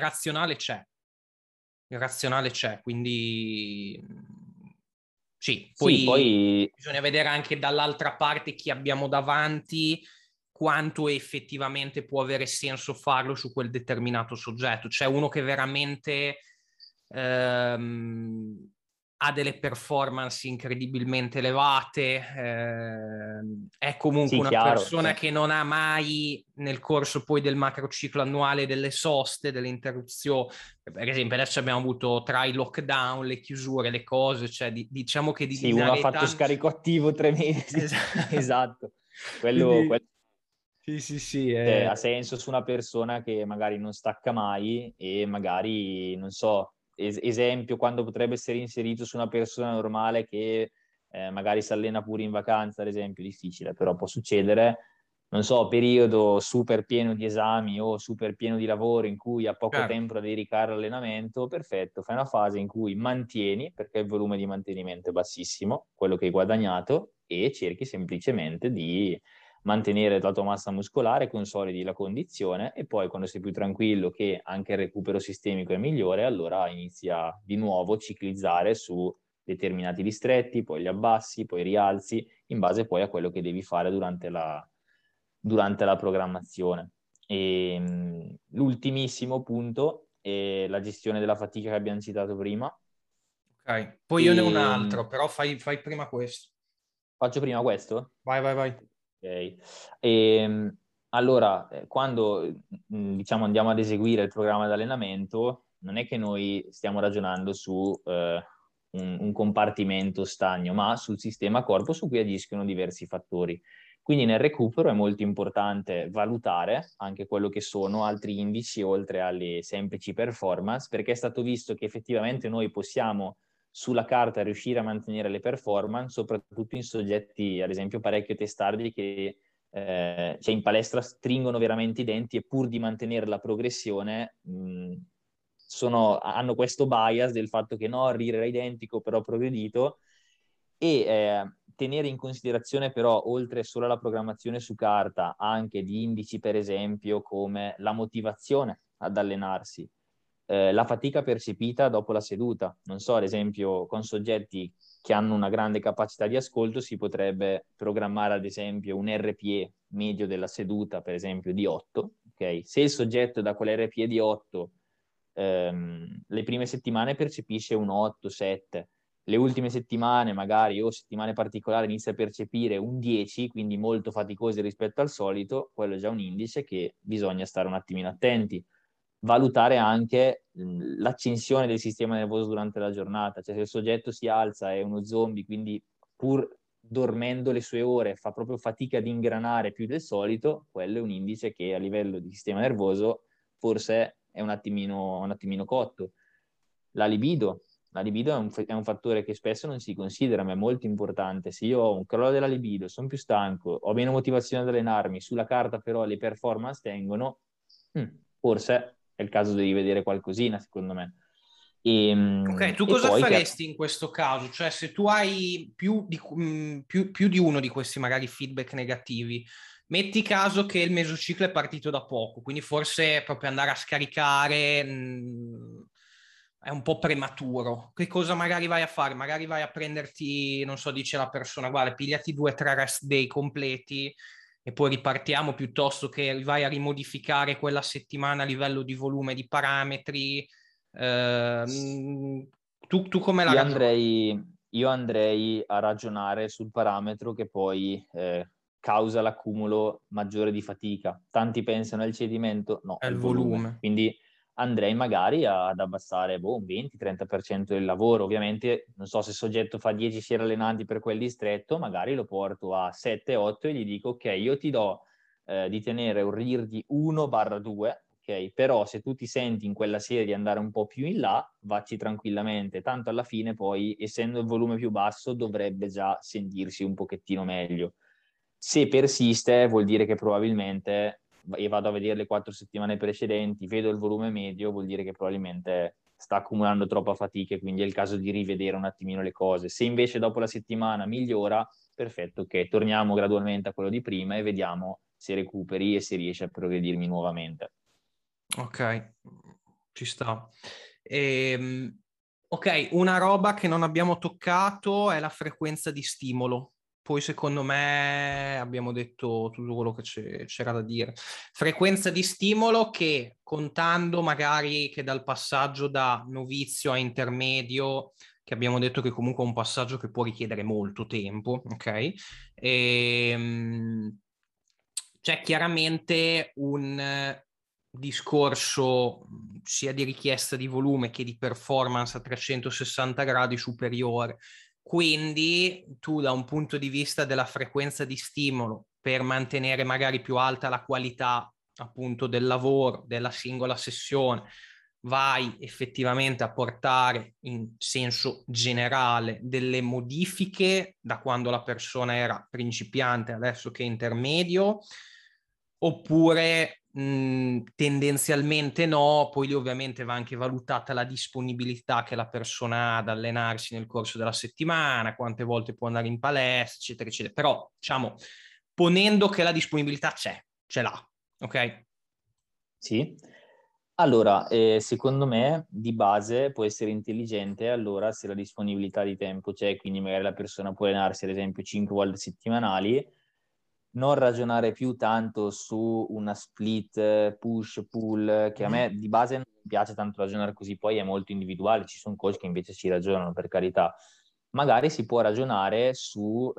il razionale c'è, quindi sì, sì, poi poi bisogna vedere anche dall'altra parte chi abbiamo davanti, quanto effettivamente può avere senso farlo su quel determinato soggetto. C'è uno che veramente ha delle performance incredibilmente elevate, è comunque sì, una chiaro, persona che non ha mai nel corso poi del macrociclo annuale delle soste, delle interruzioni. Per esempio adesso abbiamo avuto tra i lockdown, le chiusure, le cose, cioè diciamo che di sì, uno ha fatto linearità... scarico attivo 3 mesi, Esatto. esatto, quello Quindi sì, sì, sì. ha senso su una persona che magari non stacca mai e magari, non so, esempio, quando potrebbe essere inserito su una persona normale che magari si allena pure in vacanza, ad esempio, difficile, però può succedere, non so, periodo super pieno di esami o super pieno di lavoro in cui ha poco Certo. tempo da dedicare all'allenamento, perfetto, fai una fase in cui mantieni, perché il volume di mantenimento è bassissimo, quello che hai guadagnato, e cerchi semplicemente di mantenere la tua massa muscolare, consolidi la condizione e poi quando sei più tranquillo che anche il recupero sistemico è migliore, allora inizia di nuovo a ciclizzare su determinati distretti, poi li abbassi, poi rialzi, in base poi a quello che devi fare durante la programmazione. E l'ultimissimo punto è la gestione della fatica che abbiamo citato prima. Ok, poi io ne ho un altro, però fai prima questo. Faccio prima questo? Vai. Ok. Allora, quando diciamo andiamo ad eseguire il programma di allenamento, non è che noi stiamo ragionando su un compartimento stagno, ma sul sistema corpo su cui agiscono diversi fattori. Quindi nel recupero è molto importante valutare anche quello che sono altri indici oltre alle semplici performance, perché è stato visto che effettivamente noi possiamo sulla carta riuscire a mantenere le performance, soprattutto in soggetti, ad esempio, parecchio testardi che cioè in palestra stringono veramente i denti e pur di mantenere la progressione hanno questo bias del fatto che no, Rir era identico, però progredito, e tenere in considerazione però, oltre solo alla programmazione su carta, anche di indici, per esempio, come la motivazione ad allenarsi, la fatica percepita dopo la seduta. Non so, ad esempio, con soggetti che hanno una grande capacità di ascolto si potrebbe programmare, ad esempio, un RPE medio della seduta, per esempio, di 8. Okay? Se il soggetto da quell'RPE di 8 le prime settimane percepisce un 8-7, le ultime settimane magari o settimane particolari inizia a percepire un 10, quindi molto faticose rispetto al solito, quello è già un indice che bisogna stare un attimino attenti. Valutare anche l'accensione del sistema nervoso durante la giornata, cioè se il soggetto si alza è uno zombie, quindi pur dormendo le sue ore fa proprio fatica ad ingranare più del solito, quello è un indice che a livello di sistema nervoso forse è un attimino cotto. La libido è un fattore che spesso non si considera, ma è molto importante. Se io ho un crollo della libido, sono più stanco, ho meno motivazione ad allenarmi, sulla carta però le performance tengono, forse è il caso di rivedere qualcosina, secondo me. Ok, tu E cosa poi faresti in questo caso? Cioè, se tu hai più di uno di questi magari feedback negativi, metti caso che il mesociclo è partito da poco, quindi forse proprio andare a scaricare è un po' prematuro. Che cosa magari vai a fare? Magari vai a prenderti, non so, dice la persona, guarda, pigliati 2 o 3 rest day completi e poi ripartiamo, piuttosto che vai a rimodificare quella settimana a livello di volume, di parametri. Tu come la io ragioni? andrei, io andrei a ragionare sul parametro che poi causa l'accumulo maggiore di fatica. Tanti pensano al cedimento, no, È è il il volume. volume. Quindi andrei magari ad abbassare un 20-30% del lavoro. Ovviamente non so se il soggetto fa 10 serie allenanti per quel distretto, magari lo porto a 7-8 e gli dico ok, io ti do di tenere un RIR di 1/2, ok? Però se tu ti senti in quella serie di andare un po' più in là, vacci tranquillamente, tanto alla fine poi, essendo il volume più basso, dovrebbe già sentirsi un pochettino meglio. Se persiste, vuol dire che probabilmente, e vado a vedere le 4 settimane precedenti, vedo il volume medio, vuol dire che probabilmente sta accumulando troppa fatica e quindi è il caso di rivedere un attimino le cose. Se invece dopo la settimana migliora, perfetto, ok, torniamo gradualmente a quello di prima e vediamo se recuperi e se riesci a progredirmi nuovamente. Ok, ci sta. Ok, una roba che non abbiamo toccato è la frequenza di stimolo. Poi secondo me abbiamo detto tutto quello che c'era da dire. Frequenza di stimolo che, contando magari che dal passaggio da novizio a intermedio, che abbiamo detto che comunque è un passaggio che può richiedere molto tempo, ok? C'è chiaramente un discorso sia di richiesta di volume che di performance a 360 gradi superiore. Quindi tu da un punto di vista della frequenza di stimolo, per mantenere magari più alta la qualità appunto del lavoro, della singola sessione, vai effettivamente a portare in senso generale delle modifiche da quando la persona era principiante adesso che è intermedio, oppure tendenzialmente no, poi lì ovviamente va anche valutata la disponibilità che la persona ha ad allenarsi nel corso della settimana, quante volte può andare in palestra, eccetera, eccetera. Però, diciamo, ponendo che la disponibilità c'è, ce l'ha, ok? Sì. Allora, secondo me di base può essere intelligente allora se la disponibilità di tempo c'è, quindi magari la persona può allenarsi ad esempio 5 volte settimanali, non ragionare più tanto su una split push-pull, che a me di base non piace tanto ragionare così, poi è molto individuale, ci sono coach che invece ci ragionano, per carità. Magari si può ragionare su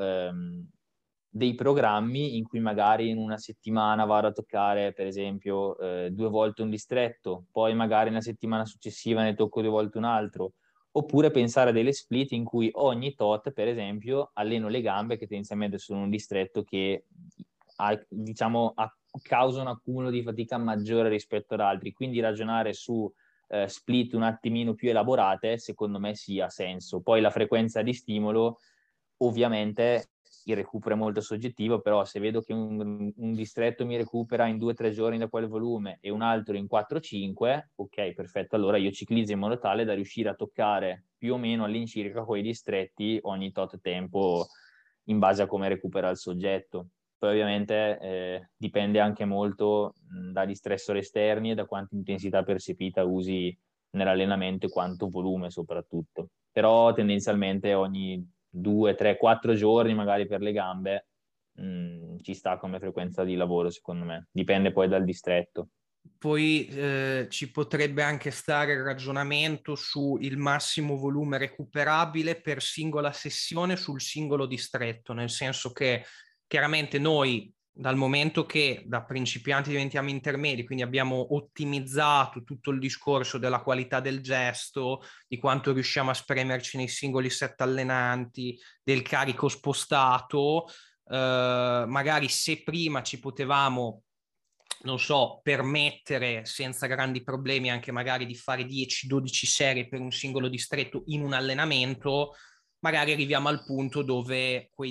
dei programmi in cui magari in una settimana vado a toccare, per esempio, 2 volte un distretto, poi magari nella settimana successiva ne tocco 2 volte un altro, oppure pensare a delle split in cui ogni tot, per esempio, alleno le gambe che tendenzialmente sono un distretto che diciamo, causa un accumulo di fatica maggiore rispetto ad altri, quindi ragionare su split un attimino più elaborate, secondo me sì, ha senso. Poi la frequenza di stimolo, ovviamente il recupero è molto soggettivo, però se vedo che un distretto mi recupera in 2 o 3 giorni da quel volume e un altro in 4-5, ok, perfetto, allora io ciclizzo in modo tale da riuscire a toccare più o meno all'incirca quei distretti ogni tot tempo in base a come recupera il soggetto. Poi ovviamente dipende anche molto dagli stressor esterni e da quanta intensità percepita usi nell'allenamento e quanto volume soprattutto. Però tendenzialmente ogni 2, 3, 4 giorni magari per le gambe ci sta come frequenza di lavoro secondo me. Dipende poi dal distretto. Poi ci potrebbe anche stare il ragionamento sul massimo volume recuperabile per singola sessione sul singolo distretto, nel senso che chiaramente noi dal momento che da principianti diventiamo intermedi, quindi abbiamo ottimizzato tutto il discorso della qualità del gesto, di quanto riusciamo a spremerci nei singoli set allenanti, del carico spostato, magari se prima ci potevamo, non so, permettere senza grandi problemi anche magari di fare 10-12 serie per un singolo distretto in un allenamento, magari arriviamo al punto dove quei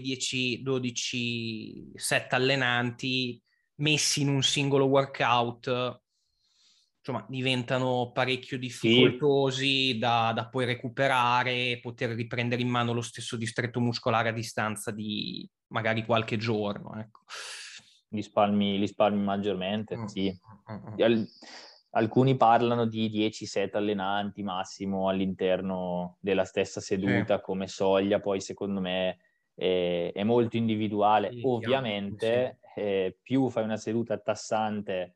10-12 set allenanti messi in un singolo workout, insomma, diventano parecchio Sì, difficoltosi da poi recuperare e poter riprendere in mano lo stesso distretto muscolare a distanza di magari qualche giorno, ecco. li spalmi maggiormente, Mm, sì. mm, mm. Alcuni parlano di 10 set allenanti massimo all'interno della stessa Sì, seduta come soglia, poi secondo me è molto individuale. sì, chiaro, sì, sì. Ovviamente più fai una seduta tassante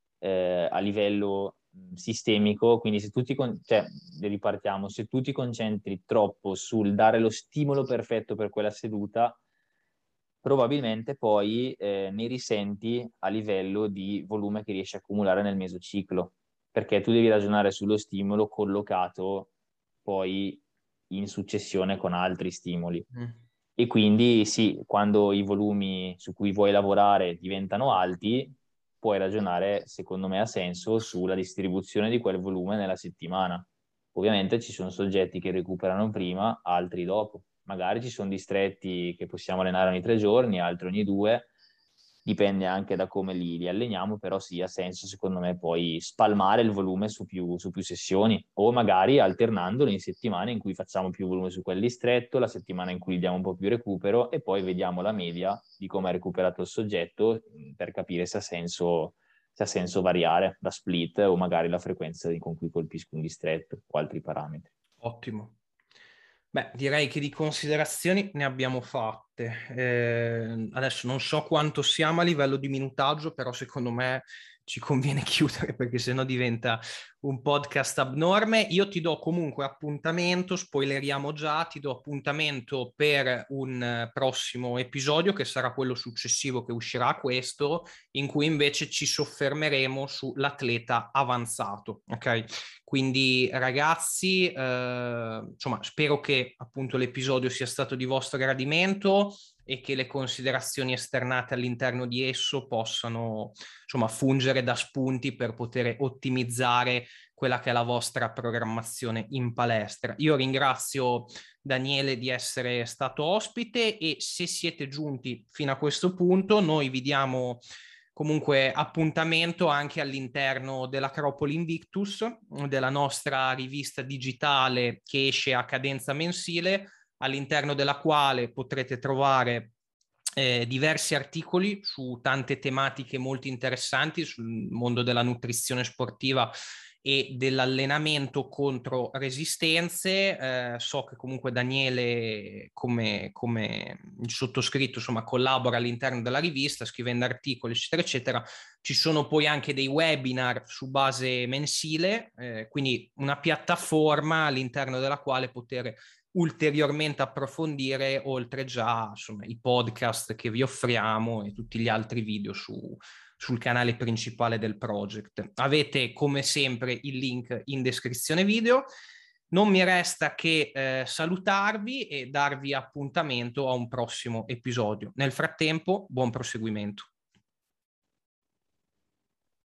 a livello sistemico, quindi se tu cioè, ripartiamo, se tu ti concentri troppo sul dare lo stimolo perfetto per quella seduta, probabilmente poi ne risenti a livello di volume che riesci a accumulare nel mesociclo, perché tu devi ragionare sullo stimolo collocato poi in successione con altri stimoli. Mm. E quindi sì, quando i volumi su cui vuoi lavorare diventano alti, puoi ragionare, secondo me ha senso, sulla distribuzione di quel volume nella settimana. Ovviamente ci sono soggetti che recuperano prima, altri dopo. Magari ci sono distretti che possiamo allenare ogni 3 giorni, altri ogni 2, dipende anche da come li alleniamo, però sì, ha senso secondo me poi spalmare il volume su più sessioni o magari alternandolo in settimane in cui facciamo più volume su quel distretto, la settimana in cui gli diamo un po' più recupero e poi vediamo la media di come ha recuperato il soggetto per capire se ha senso variare la split o magari la frequenza con cui colpisco un distretto o altri parametri. Ottimo. Beh, direi che di considerazioni ne abbiamo fatte. Adesso non so quanto siamo a livello di minutaggio, però secondo me ci conviene chiudere perché sennò diventa un podcast abnorme. Io ti do comunque appuntamento, spoileriamo già, ti do appuntamento per un prossimo episodio che sarà quello successivo che uscirà a questo, in cui invece ci soffermeremo sull'atleta avanzato, ok? Quindi ragazzi, insomma, spero che appunto l'episodio sia stato di vostro gradimento e che le considerazioni esternate all'interno di esso possano, insomma, fungere da spunti per poter ottimizzare quella che è la vostra programmazione in palestra. Io ringrazio Daniele di essere stato ospite e se siete giunti fino a questo punto, noi vi diamo comunque appuntamento anche all'interno dell'Acropoli Invictus, della nostra rivista digitale che esce a cadenza mensile, all'interno della quale potrete trovare diversi articoli su tante tematiche molto interessanti sul mondo della nutrizione sportiva e dell'allenamento contro resistenze. So che comunque Daniele, come il sottoscritto, insomma, collabora all'interno della rivista scrivendo articoli, eccetera, eccetera. Ci sono poi anche dei webinar su base mensile, quindi una piattaforma all'interno della quale poter ulteriormente approfondire, oltre già insomma, i podcast che vi offriamo e tutti gli altri video sul canale principale del project. Avete come sempre il link in descrizione video. Non mi resta che salutarvi e darvi appuntamento a un prossimo episodio. Nel frattempo, buon proseguimento.